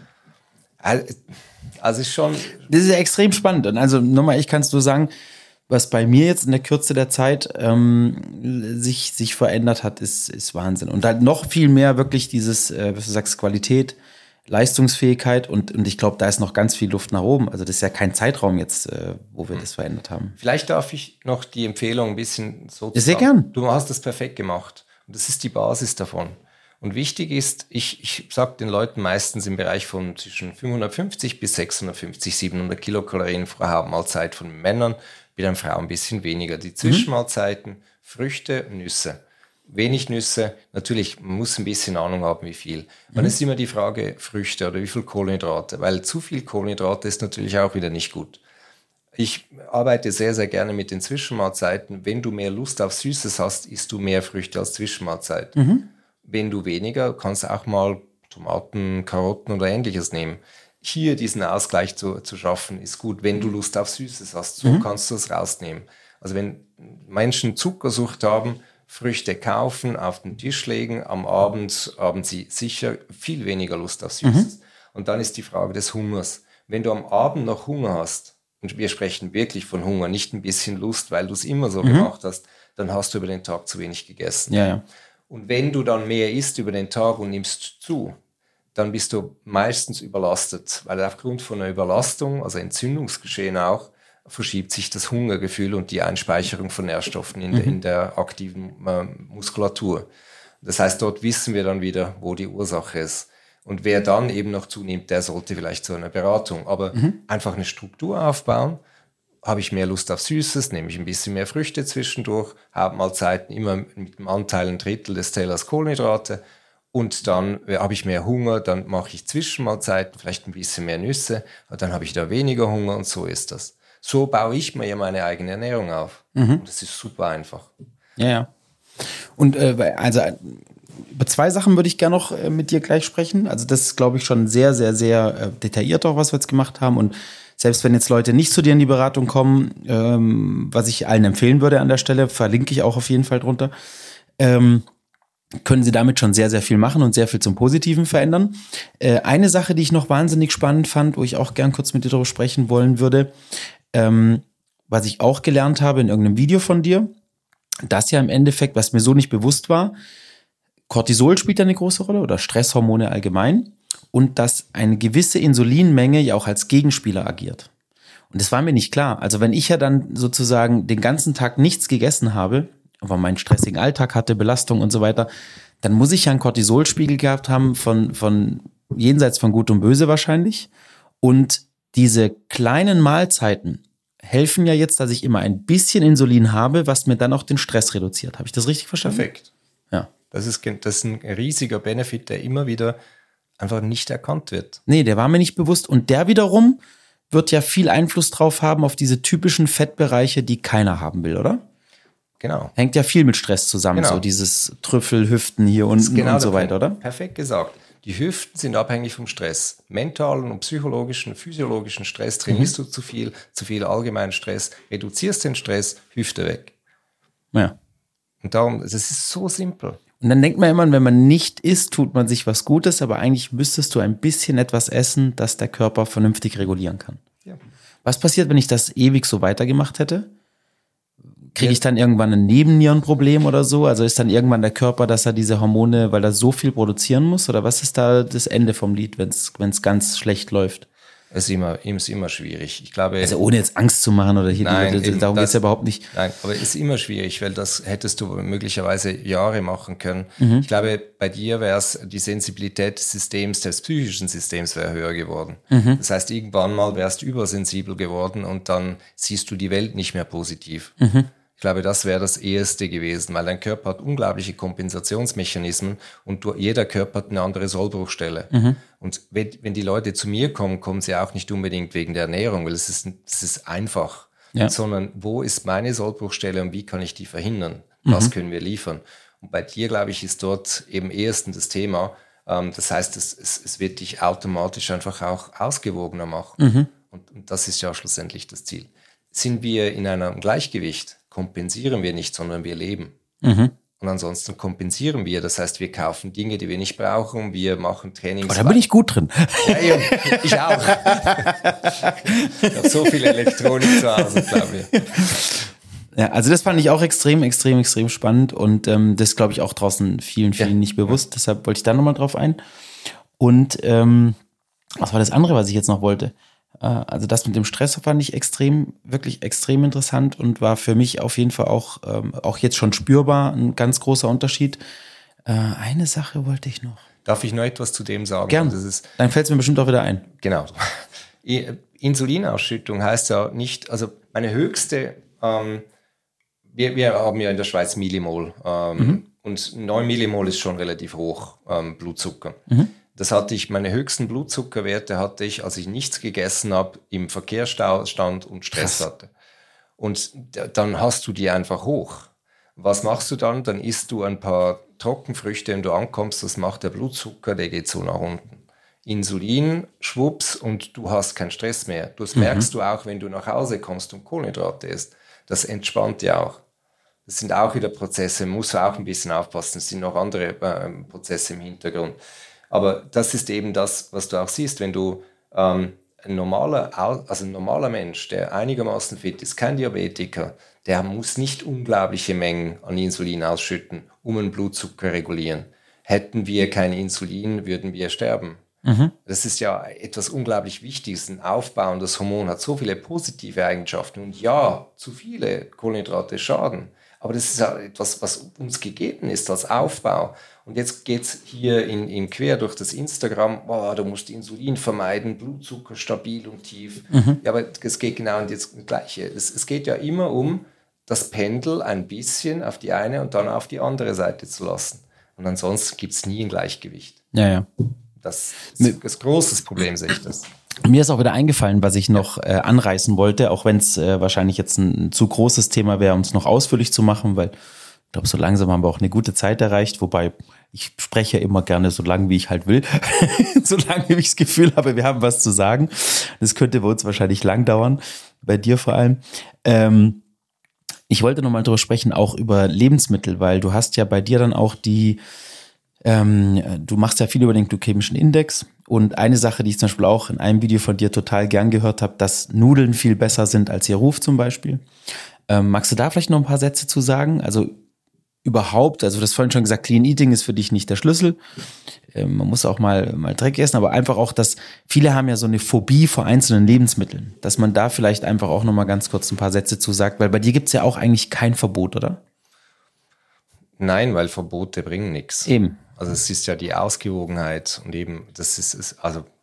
Also ist schon... Das ist ja extrem spannend. Und also nochmal, ich kann es nur sagen, was bei mir jetzt in der Kürze der Zeit sich verändert hat, ist Wahnsinn. Und halt noch viel mehr wirklich dieses, was du sagst, Qualität, Leistungsfähigkeit, und ich glaube, da ist noch ganz viel Luft nach oben. Also das ist ja kein Zeitraum jetzt, wo wir das verändert haben. Vielleicht darf ich noch die Empfehlung ein bisschen so sehr gern. Du hast das perfekt gemacht. Und das ist die Basis davon. Und wichtig ist, ich sage den Leuten meistens im Bereich von zwischen 550 bis 650, 700 Kilokalorien pro Hauptmahlzeit von Männern, bei den Frauen ein bisschen weniger. Die Zwischenmahlzeiten, Früchte, Nüsse. Wenig Nüsse, natürlich, man muss ein bisschen Ahnung haben, wie viel. Dann ist immer die Frage, Früchte oder wie viel Kohlenhydrate, weil zu viel Kohlenhydrate ist natürlich auch wieder nicht gut. Ich arbeite sehr, sehr gerne mit den Zwischenmahlzeiten. Wenn du mehr Lust auf Süßes hast, isst du mehr Früchte als Zwischenmahlzeit. Wenn du weniger, kannst du auch mal Tomaten, Karotten oder Ähnliches nehmen. Hier diesen Ausgleich zu schaffen, ist gut. Wenn du Lust auf Süßes hast, so kannst du es rausnehmen. Also wenn Menschen Zuckersucht haben, Früchte kaufen, auf den Tisch legen, am Abend haben sie sicher viel weniger Lust auf Süßes. Und dann ist die Frage des Hungers. Wenn du am Abend noch Hunger hast, und wir sprechen wirklich von Hunger, nicht ein bisschen Lust, weil du es immer so gemacht hast, dann hast du über den Tag zu wenig gegessen. Ja. Und wenn du dann mehr isst über den Tag und nimmst zu, dann bist du meistens überlastet, weil aufgrund von einer Überlastung, also Entzündungsgeschehen auch, verschiebt sich das Hungergefühl und die Einspeicherung von Nährstoffen in der aktiven Muskulatur. Das heißt, dort wissen wir dann wieder, wo die Ursache ist. Und wer dann eben noch zunimmt, der sollte vielleicht zu einer Beratung. Aber einfach eine Struktur aufbauen. Habe ich mehr Lust auf Süßes, nehme ich ein bisschen mehr Früchte zwischendurch, Hauptmahlzeiten immer mit dem Anteil 1/3 des Tellers Kohlenhydrate. Und dann habe ich mehr Hunger, dann mache ich Zwischenmahlzeiten, vielleicht ein bisschen mehr Nüsse, dann habe ich da weniger Hunger, und so ist das. So baue ich mir ja meine eigene Ernährung auf. Und das ist super einfach. Ja. Und also über 2 Sachen würde ich gerne noch mit dir gleich sprechen. Also das ist, glaube ich, schon sehr, sehr, sehr detailliert auch, was wir jetzt gemacht haben. Und selbst wenn jetzt Leute nicht zu dir in die Beratung kommen, was ich allen empfehlen würde an der Stelle, verlinke ich auch auf jeden Fall drunter, können sie damit schon sehr, sehr viel machen und sehr viel zum Positiven verändern. Eine Sache, die ich noch wahnsinnig spannend fand, wo ich auch gern kurz mit dir darüber sprechen wollen würde, was ich auch gelernt habe in irgendeinem Video von dir, dass ja im Endeffekt, was mir so nicht bewusst war, Cortisol spielt ja eine große Rolle oder Stresshormone allgemein, und dass eine gewisse Insulinmenge ja auch als Gegenspieler agiert. Und das war mir nicht klar. Also wenn ich ja dann sozusagen den ganzen Tag nichts gegessen habe, aber meinen stressigen Alltag hatte, Belastung und so weiter, dann muss ich ja einen Cortisolspiegel gehabt haben von jenseits von Gut und Böse wahrscheinlich. Und diese kleinen Mahlzeiten helfen ja jetzt, dass ich immer ein bisschen Insulin habe, was mir dann auch den Stress reduziert. Habe ich das richtig verstanden? Perfekt. Ja. Das ist ein riesiger Benefit, der immer wieder einfach nicht erkannt wird. Nee, der war mir nicht bewusst. Und der wiederum wird ja viel Einfluss drauf haben auf diese typischen Fettbereiche, die keiner haben will, oder? Genau. Hängt ja viel mit Stress zusammen, Genau. so dieses Trüffel, Hüften hier unten Genau und so weiter, oder? Perfekt gesagt. Die Hüften sind abhängig vom Stress. Mentalen und psychologischen, physiologischen Stress. Trainierst du zu viel allgemeinen Stress, reduzierst den Stress, Hüfte weg. Ja. Und darum, das ist so simpel. Und dann denkt man immer, wenn man nicht isst, tut man sich was Gutes, aber eigentlich müsstest du ein bisschen etwas essen, dass der Körper vernünftig regulieren kann. Ja. Was passiert, wenn ich das ewig so weitergemacht hätte? Kriege ich dann irgendwann ein Nebennierenproblem oder so? Also ist dann irgendwann der Körper, dass er diese Hormone, weil er so viel produzieren muss? Oder was ist da das Ende vom Lied, wenn es ganz schlecht läuft? Es ist immer schwierig. Ich glaube, Also ohne jetzt Angst zu machen oder hier, Nein, darum geht es ja überhaupt nicht. Nein, aber es ist immer schwierig, weil das hättest du möglicherweise Jahre machen können. Ich glaube, bei dir wäre es die Sensibilität des Systems, des psychischen Systems wäre höher geworden. Das heißt, irgendwann mal wärst du übersensibel geworden und dann siehst du die Welt nicht mehr positiv. Ich glaube, das wäre das Eheste gewesen, weil dein Körper hat unglaubliche Kompensationsmechanismen und jeder Körper hat eine andere Sollbruchstelle. Und wenn die Leute zu mir kommen, kommen sie auch nicht unbedingt wegen der Ernährung, weil es ist einfach, sondern wo ist meine Sollbruchstelle und wie kann ich die verhindern? Was können wir liefern? Und bei dir, glaube ich, ist dort eben ehesten das Thema. Das heißt, es wird dich automatisch einfach auch ausgewogener machen. Und das ist ja schlussendlich das Ziel. Sind wir in einem Gleichgewicht, kompensieren wir nicht, sondern wir leben. Und ansonsten kompensieren wir. Das heißt, wir kaufen Dinge, die wir nicht brauchen. Wir machen Trainings. Oh, da bin ich gut drin. Ja, eben. Ich auch. Ich habe so viel Elektronik zu Hause, glaube ich. Ja, also das fand ich auch extrem spannend und das glaube ich auch draußen vielen nicht bewusst. Deshalb wollte ich da nochmal drauf ein. Und was war das andere, was ich jetzt noch wollte? Also das mit dem Stress fand ich wirklich extrem interessant und war für mich auf jeden Fall auch jetzt schon spürbar ein ganz großer Unterschied. Eine Sache wollte ich noch. Darf ich noch etwas zu dem sagen? Gern, dann fällt es mir bestimmt auch wieder ein. Genau. Insulinausschüttung heißt ja nicht, also meine höchste, wir haben ja in der Schweiz Millimol und 9 Millimol ist schon relativ hoch, Blutzucker. Das hatte ich, meine höchsten Blutzuckerwerte hatte ich, als ich nichts gegessen habe, im Verkehr stand und Stress hatte. Und dann hast du die einfach hoch. Was machst du dann? Dann isst du ein paar Trockenfrüchte, wenn du ankommst, das macht der Blutzucker, der geht so nach unten. Insulin, schwupps, und du hast keinen Stress mehr. Das merkst du auch, wenn du nach Hause kommst und Kohlenhydrate isst. Das entspannt dir auch. Das sind auch wieder Prozesse, musst du auch ein bisschen aufpassen. Es sind noch andere Prozesse im Hintergrund. Aber das ist eben das, was du auch siehst, wenn du ein normaler Mensch, der einigermaßen fit ist, kein Diabetiker, der muss nicht unglaubliche Mengen an Insulin ausschütten, um den Blutzucker regulieren. Hätten wir kein Insulin, würden wir sterben. Das ist ja etwas unglaublich Wichtiges. Ein aufbauendes Hormon hat so viele positive Eigenschaften. Und ja, zu viele Kohlenhydrate schaden. Aber das ist ja etwas, was uns gegeben ist als Aufbau. Und jetzt geht es hier in quer durch das Instagram, du musst Insulin vermeiden, Blutzucker stabil und tief. Ja, aber es geht genau in das Gleiche. Es geht ja immer um, das Pendel ein bisschen auf die eine und dann auf die andere Seite zu lassen. Und ansonsten gibt es nie ein Gleichgewicht. Ja. Das ist ein großes Problem, sehe ich das. Mir ist auch wieder eingefallen, was ich noch anreißen wollte, auch wenn es wahrscheinlich jetzt ein zu großes Thema wäre, um es noch ausführlich zu machen, weil ich glaube, so langsam haben wir auch eine gute Zeit erreicht, wobei ich spreche immer gerne so lange, wie ich halt will, solange ich das Gefühl habe, wir haben was zu sagen. Das könnte bei uns wahrscheinlich lang dauern, bei dir vor allem. Ich wollte nochmal drüber sprechen, auch über Lebensmittel, weil du hast ja bei dir dann auch du machst ja viel über den glykämischen Index und eine Sache, die ich zum Beispiel auch in einem Video von dir total gern gehört habe, dass Nudeln viel besser sind als ihr Ruf zum Beispiel. Magst du da vielleicht noch ein paar Sätze zu sagen? Also überhaupt, also du hast vorhin schon gesagt, Clean Eating ist für dich nicht der Schlüssel. Man muss auch mal Dreck essen, aber einfach auch, dass viele haben ja so eine Phobie vor einzelnen Lebensmitteln, dass man da vielleicht einfach auch noch mal ganz kurz ein paar Sätze zu sagt, weil bei dir gibt's ja auch eigentlich kein Verbot, oder? Nein, weil Verbote bringen nichts. Eben. Also es ist ja die Ausgewogenheit und eben, das ist also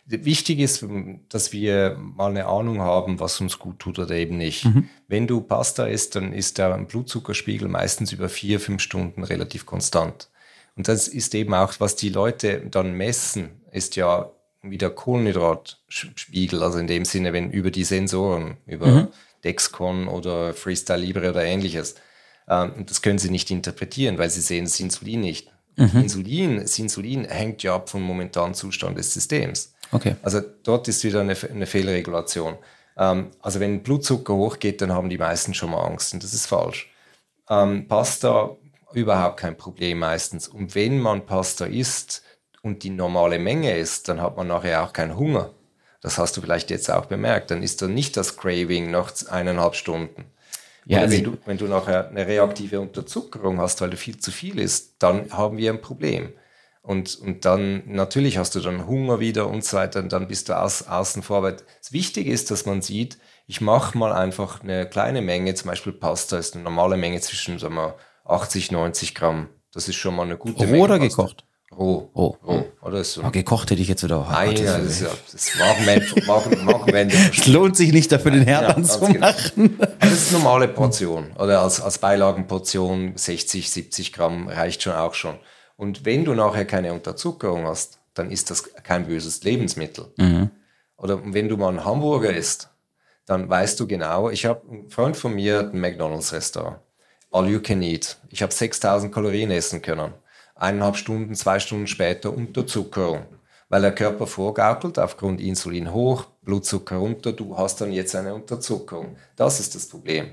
Wichtig ist, dass wir mal eine Ahnung haben, was uns gut tut oder eben nicht. Wenn du Pasta isst, dann ist der Blutzuckerspiegel meistens über 4-5 Stunden relativ konstant. Und das ist eben auch, was die Leute dann messen, ist ja wieder Kohlenhydratspiegel, also in dem Sinne, wenn über die Sensoren, über Dexcom oder Freestyle Libre oder ähnliches. Und das können sie nicht interpretieren, weil sie sehen das Insulin nicht. Das Insulin hängt ja ab vom momentanen Zustand des Systems. Okay. Also dort ist wieder eine Fehlregulation. Also wenn Blutzucker hochgeht, dann haben die meisten schon mal Angst und das ist falsch. Pasta, überhaupt kein Problem meistens. Und wenn man Pasta isst und die normale Menge isst, dann hat man nachher auch keinen Hunger. Das hast du vielleicht jetzt auch bemerkt. Dann ist dann nicht das Craving nach 1,5 Stunden. Ja, also wenn du nachher eine reaktive Unterzuckerung hast, weil du viel zu viel isst, dann haben wir ein Problem. Und dann, natürlich hast du dann Hunger wieder und so weiter, und dann bist du außen vor. Aber das Wichtige ist, dass man sieht, ich mache mal einfach eine kleine Menge, zum Beispiel Pasta ist eine normale Menge zwischen, sagen wir, 80, 90 Gramm. Das ist schon mal eine gute Menge. Roh oder gekocht? Roh. Oder so. Oh, gekocht hätte ich jetzt wieder. Nein, das Magenwände. Es lohnt sich nicht, dafür den Herd anzumachen. Genau. Das ist eine normale Portion. Oder als Beilagenportion 60, 70 Gramm reicht auch schon. Und wenn du nachher keine Unterzuckerung hast, dann ist das kein böses Lebensmittel. Oder wenn du mal einen Hamburger isst, dann weißt du genau, ich habe einen Freund von mir, ein McDonald's-Restaurant, all you can eat. Ich habe 6.000 Kalorien essen können. 1,5 Stunden, 2 Stunden später Unterzuckerung. Weil der Körper vorgaukelt, aufgrund Insulin hoch, Blutzucker runter, du hast dann jetzt eine Unterzuckerung. Das ist das Problem.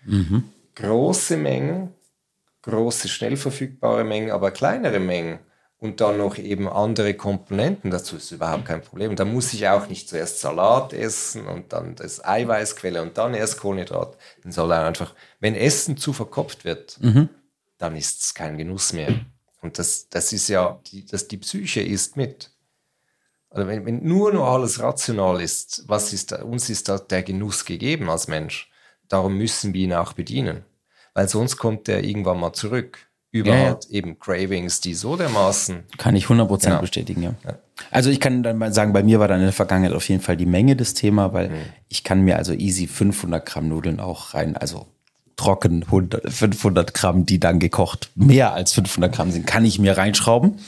Große Mengen, große, schnell verfügbare Mengen, aber kleinere Mengen und dann noch eben andere Komponenten, dazu ist überhaupt kein Problem. Da muss ich auch nicht zuerst Salat essen und dann das Eiweißquelle und dann erst Kohlenhydrat. Dann soll er einfach, wenn Essen zu verkopft wird, dann ist es kein Genuss mehr. Und das ist ja, die Psyche isst mit. Also wenn nur noch alles rational ist, uns ist da der Genuss gegeben als Mensch. Darum müssen wir ihn auch bedienen. Weil sonst kommt der irgendwann mal zurück. Überhaupt eben Cravings, die so dermaßen... Kann ich 100% bestätigen, ja. Also ich kann dann mal sagen, bei mir war dann in der Vergangenheit auf jeden Fall die Menge das Thema, weil ich kann mir also easy 500 Gramm Nudeln auch rein, also trocken 500 Gramm, die dann gekocht mehr als 500 Gramm sind, kann ich mir reinschrauben.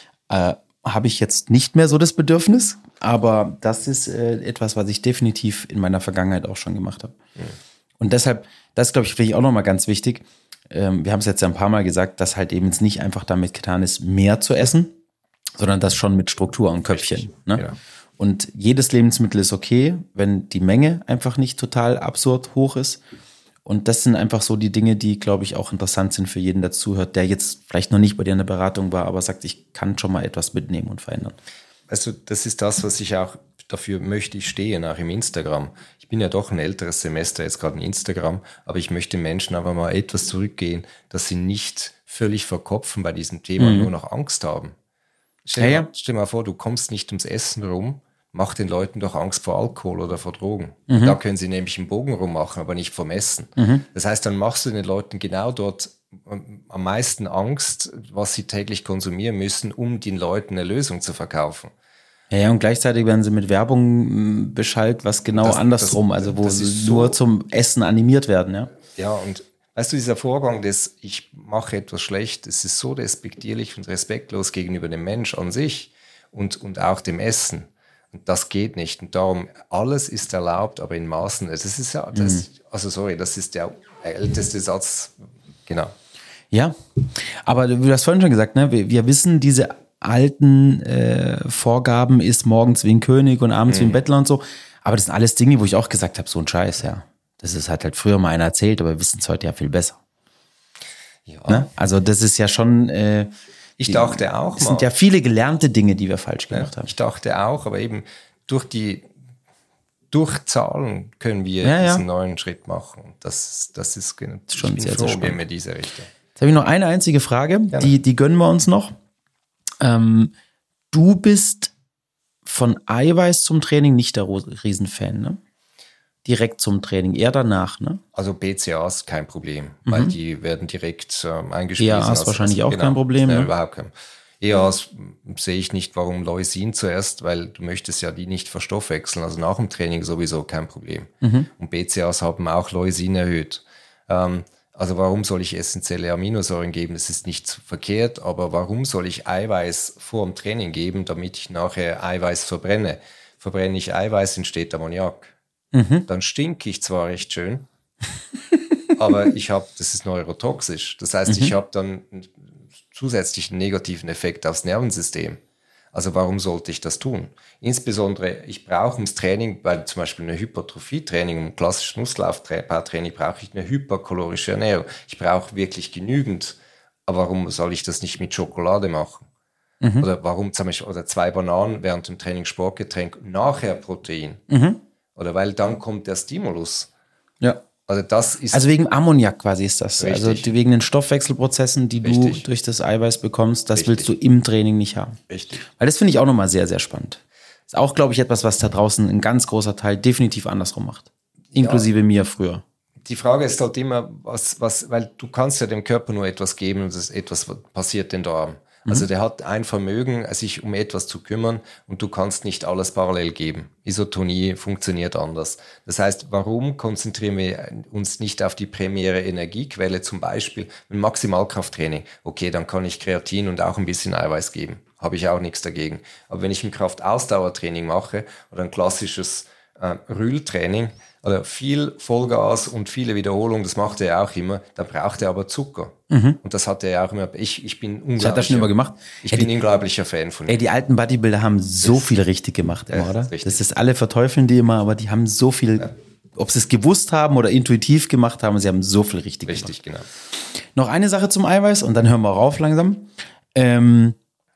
Habe ich jetzt nicht mehr so das Bedürfnis, aber das ist etwas, was ich definitiv in meiner Vergangenheit auch schon gemacht habe. Und deshalb, das glaube ich, finde ich auch nochmal ganz wichtig. Wir haben es jetzt ja ein paar Mal gesagt, dass halt eben es nicht einfach damit getan ist, mehr zu essen, sondern das schon mit Struktur und Köpfchen. Ne? Ja. Und jedes Lebensmittel ist okay, wenn die Menge einfach nicht total absurd hoch ist. Und das sind einfach so die Dinge, die, glaube ich, auch interessant sind für jeden, der zuhört, der jetzt vielleicht noch nicht bei dir in der Beratung war, aber sagt, ich kann schon mal etwas mitnehmen und verändern. Also das ist das, was ich auch, dafür möchte ich stehen, auch im Instagram. Ich bin ja doch ein älteres Semester jetzt gerade in Instagram, aber ich möchte Menschen einfach mal etwas zurückgehen, dass sie nicht völlig verkopfen bei diesem Thema und nur noch Angst haben. Stell dir mal vor, du kommst nicht ums Essen rum, mach den Leuten doch Angst vor Alkohol oder vor Drogen. Da können sie nämlich einen Bogen rummachen, aber nicht vom Essen. Das heißt, dann machst du den Leuten genau dort am meisten Angst, was sie täglich konsumieren müssen, um den Leuten eine Lösung zu verkaufen. Ja, und gleichzeitig werden sie mit Werbung beschallt, was genau andersrum, also wo sie nur zum Essen animiert werden. Ja, und weißt du, dieser Vorgang des ich mache etwas schlecht, es ist so despektierlich und respektlos gegenüber dem Mensch an sich und auch dem Essen. Und das geht nicht. Und darum, alles ist erlaubt, aber in Maßen. Das ist ja, das ist der älteste Satz. Genau. Ja, aber du hast vorhin schon gesagt, ne? Wir wissen, diese alten Vorgaben ist morgens wie ein König und abends wie ein Bettler und so. Aber das sind alles Dinge, wo ich auch gesagt habe, so ein Scheiß, ja. Das ist halt früher mal einer erzählt, aber wir wissen es heute ja viel besser. Ja. Ne? Also das ist ja schon... ich dachte auch es sind ja viele gelernte Dinge, die wir falsch gemacht haben. Ich dachte auch, aber eben durch Zahlen können wir diesen neuen Schritt machen. Das ist schon sehr, sehr spannend. In diese Richtung. Jetzt habe ich noch eine einzige Frage, die gönnen wir uns noch. Du bist von Eiweiß zum Training nicht der Riesenfan, ne? Direkt zum Training, eher danach, ne? Also BCAAs kein Problem, weil die werden direkt eingeschmissen. Ja, ist wahrscheinlich auch kein Problem. Ja, ne? Überhaupt kein. Ja, das sehe ich nicht, warum Leucin zuerst, weil du möchtest ja die nicht verstoffwechseln, also nach dem Training sowieso kein Problem. Und BCAAs haben auch Leucin erhöht. Also warum soll ich essentielle Aminosäuren geben? Das ist nicht verkehrt, aber warum soll ich Eiweiß vor dem Training geben, damit ich nachher Eiweiß verbrenne? Verbrenne ich Eiweiß, entsteht Ammoniak. Dann stinke ich zwar recht schön, aber das ist neurotoxisch. Das heißt, ich habe dann zusätzlichen negativen Effekt aufs Nervensystem. Also warum sollte ich das tun? Insbesondere, ich brauche ums Training, bei zum Beispiel einem Hypertrophie-Training, um klassisches Muskelaufbautraining, brauche ich eine hyperkalorische Ernährung. Ich brauche wirklich genügend. Aber warum soll ich das nicht mit Schokolade machen? Oder warum zum Beispiel, oder 2 Bananen während dem Training Sportgetränk, nachher Protein? Oder weil dann kommt der Stimulus. Ja. Also das ist... Also wegen Ammoniak quasi ist das. Richtig. Also wegen den Stoffwechselprozessen, die du durch das Eiweiß bekommst, das willst du im Training nicht haben. Richtig. Weil das finde ich auch nochmal sehr, sehr spannend. Ist auch, glaube ich, etwas, was da draußen ein ganz großer Teil definitiv andersrum macht. Inklusive mir früher. Die Frage ist halt immer, weil du kannst ja dem Körper nur etwas geben und etwas passiert den Darm. Also der hat ein Vermögen, sich um etwas zu kümmern und du kannst nicht alles parallel geben. Isotonie funktioniert anders. Das heißt, warum konzentrieren wir uns nicht auf die primäre Energiequelle, zum Beispiel ein Maximalkrafttraining? Okay, dann kann ich Kreatin und auch ein bisschen Eiweiß geben. Habe ich auch nichts dagegen. Aber wenn ich ein Kraftausdauertraining mache oder ein klassisches Rühltraining oder viel Vollgas und viele Wiederholungen, das macht er ja auch immer, dann braucht er aber Zucker. Und das hat er ja auch immer. Ich bin Das hat er schon immer gemacht. Ich bin ein unglaublicher Fan von ihm. Die alten Bodybuilder haben so viel richtig gemacht immer, oder? Richtig. Das ist alle verteufeln die immer, aber die haben so viel, ob sie es gewusst haben oder intuitiv gemacht haben, sie haben so viel richtig gemacht. Richtig, genau. Noch eine Sache zum Eiweiß und dann hören wir auf langsam. Wenn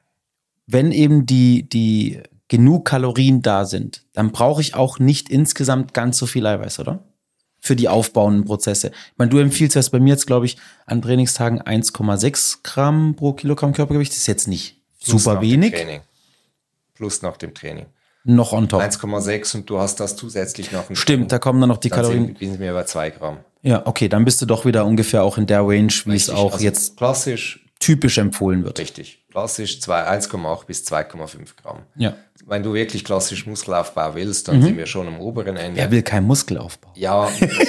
eben die genug Kalorien da sind, dann brauche ich auch nicht insgesamt ganz so viel Eiweiß, oder? Für die aufbauenden Prozesse. Ich meine, du empfiehlst das bei mir jetzt, glaube ich, an Trainingstagen 1,6 Gramm pro Kilogramm Körpergewicht. Das ist jetzt nicht super wenig. Plus nach dem Training. Noch on top. 1,6 und du hast das zusätzlich noch. Stimmt, da kommen dann noch die Kalorien. Dann sind wir bei 2 Gramm. Ja, okay, dann bist du doch wieder ungefähr auch in der Range, wie es auch jetzt klassisch typisch empfohlen wird. Richtig. Klassisch 1,8 bis 2,5 Gramm. Ja. Wenn du wirklich klassisch Muskelaufbau willst, dann sind wir schon am oberen Ende. Wer will keinen Muskelaufbau? Ja.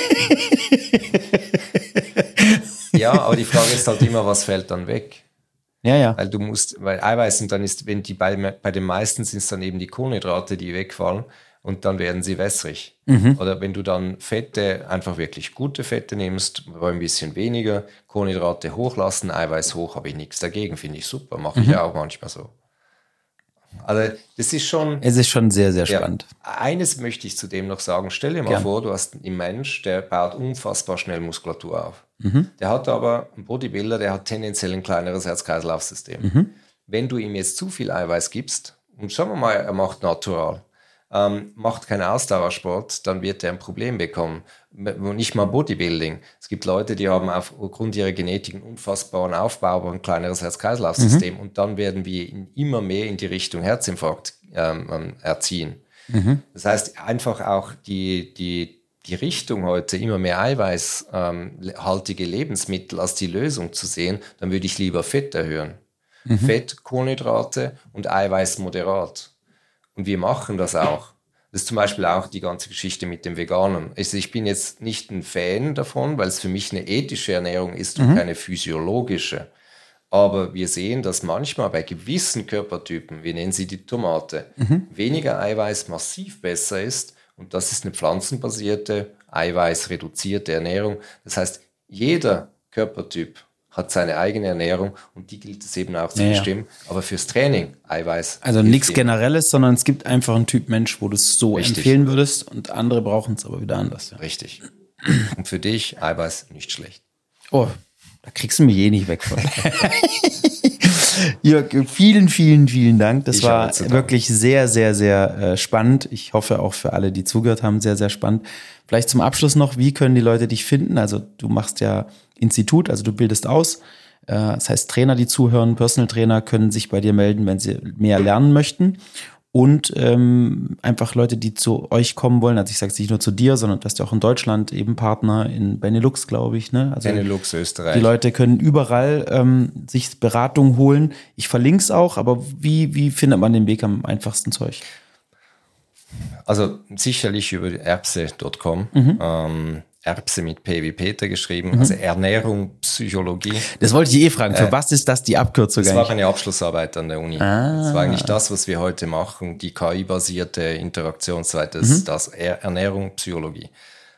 Ja, aber die Frage ist halt immer, was fällt dann weg? Ja. Weil Eiweiß und dann ist, wenn die bei den meisten sind es dann eben die Kohlenhydrate, die wegfallen und dann werden sie wässrig. Oder wenn du dann Fette, einfach wirklich gute Fette nimmst, aber ein bisschen weniger, Kohlenhydrate hochlassen, Eiweiß hoch, habe ich nichts dagegen, finde ich super, mache ich auch manchmal so. Also das ist schon... Es ist schon sehr, sehr spannend. Eines möchte ich zudem noch sagen, stell dir mal vor, du hast einen Mensch, der baut unfassbar schnell Muskulatur auf. Der hat aber, ein Bodybuilder, der hat tendenziell ein kleineres Herz-Kreislauf-System. Wenn du ihm jetzt zu viel Eiweiß gibst, und sagen wir mal, er macht natural, macht keinen Ausdauersport, dann wird er ein Problem bekommen. Nicht mal Bodybuilding. Es gibt Leute, die haben aufgrund ihrer Genetik einen unfassbaren Aufbau, aber ein kleineres Herz-Kreislauf-System und dann werden wir ihn immer mehr in die Richtung Herzinfarkt erziehen. Das heißt, einfach auch die Richtung heute, immer mehr eiweißhaltige Lebensmittel als die Lösung zu sehen, dann würde ich lieber Fett erhöhen. Fett, Kohlenhydrate und Eiweiß moderat. Und wir machen das auch. Das ist zum Beispiel auch die ganze Geschichte mit dem Veganen. Also ich bin jetzt nicht ein Fan davon, weil es für mich eine ethische Ernährung ist und keine physiologische. Aber wir sehen, dass manchmal bei gewissen Körpertypen, wir nennen sie die Tomate, weniger Eiweiß massiv besser ist. Und das ist eine pflanzenbasierte, eiweißreduzierte Ernährung. Das heißt, jeder Körpertyp hat seine eigene Ernährung und die gilt es eben auch zu bestimmen. Aber fürs Training, Eiweiß. Also nichts Generelles, sondern es gibt einfach einen Typ Mensch, wo du es so empfehlen würdest und andere brauchen es aber wieder anders. Ja. Richtig. Und für dich, Eiweiß nicht schlecht. Oh, da kriegst du mich eh nicht weg von. Jörg, vielen, vielen, vielen Dank. Das war wirklich sehr, sehr, sehr spannend. Ich hoffe auch für alle, die zugehört haben, sehr, sehr spannend. Vielleicht zum Abschluss noch, wie können die Leute dich finden? Also du machst ja Institut, also du bildest aus. Das heißt, Trainer, die zuhören, Personal Trainer können sich bei dir melden, wenn sie mehr lernen möchten. und einfach Leute, die zu euch kommen wollen. Also ich sage es nicht nur zu dir, sondern du hast ja auch in Deutschland eben Partner, in Benelux, glaube ich. Ne? Also Benelux, Österreich. Die Leute können überall sich Beratung holen. Ich verlinke es auch, aber wie findet man den Weg am einfachsten zu euch? Also sicherlich über erbse.com. Erbse mit P wie Peter geschrieben, also Ernährung, Psychologie. Das wollte ich fragen. Für was ist das die Abkürzung Das eigentlich? war meine Abschlussarbeit an der Uni. Das war eigentlich das, was wir heute machen, die KI-basierte Interaktionsseite, das Ernährung, Psychologie.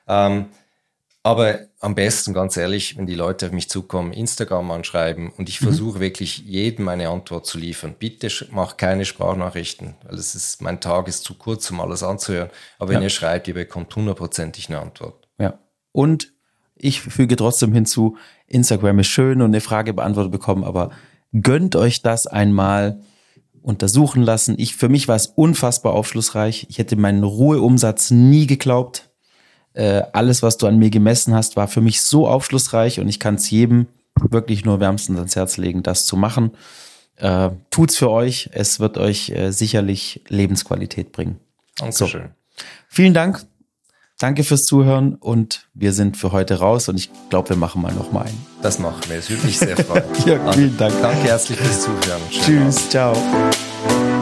Aber am besten, ganz ehrlich, wenn die Leute auf mich zukommen, Instagram anschreiben und ich versuche wirklich jedem eine Antwort zu liefern. Bitte mach keine Sprachnachrichten, weil mein Tag ist zu kurz, um alles anzuhören. Aber wenn ihr schreibt, ihr bekommt 100%ig eine Antwort. Ja. Und ich füge trotzdem hinzu, Instagram ist schön und eine Frage beantwortet bekommen, aber gönnt euch das einmal untersuchen lassen. Für mich war es unfassbar aufschlussreich. Ich hätte meinen Ruheumsatz nie geglaubt. Alles, was du an mir gemessen hast, war für mich so aufschlussreich und ich kann es jedem wirklich nur wärmstens ans Herz legen, das zu machen. Tut's für euch. Es wird euch sicherlich Lebensqualität bringen. Dankeschön. So. Vielen Dank. Danke fürs Zuhören und wir sind für heute raus und ich glaube, wir machen mal noch mal einen. Das machen wir. Es würde mich sehr freuen. Ja, vielen Dank. Danke herzlich fürs Zuhören. Tschüss. Ciao.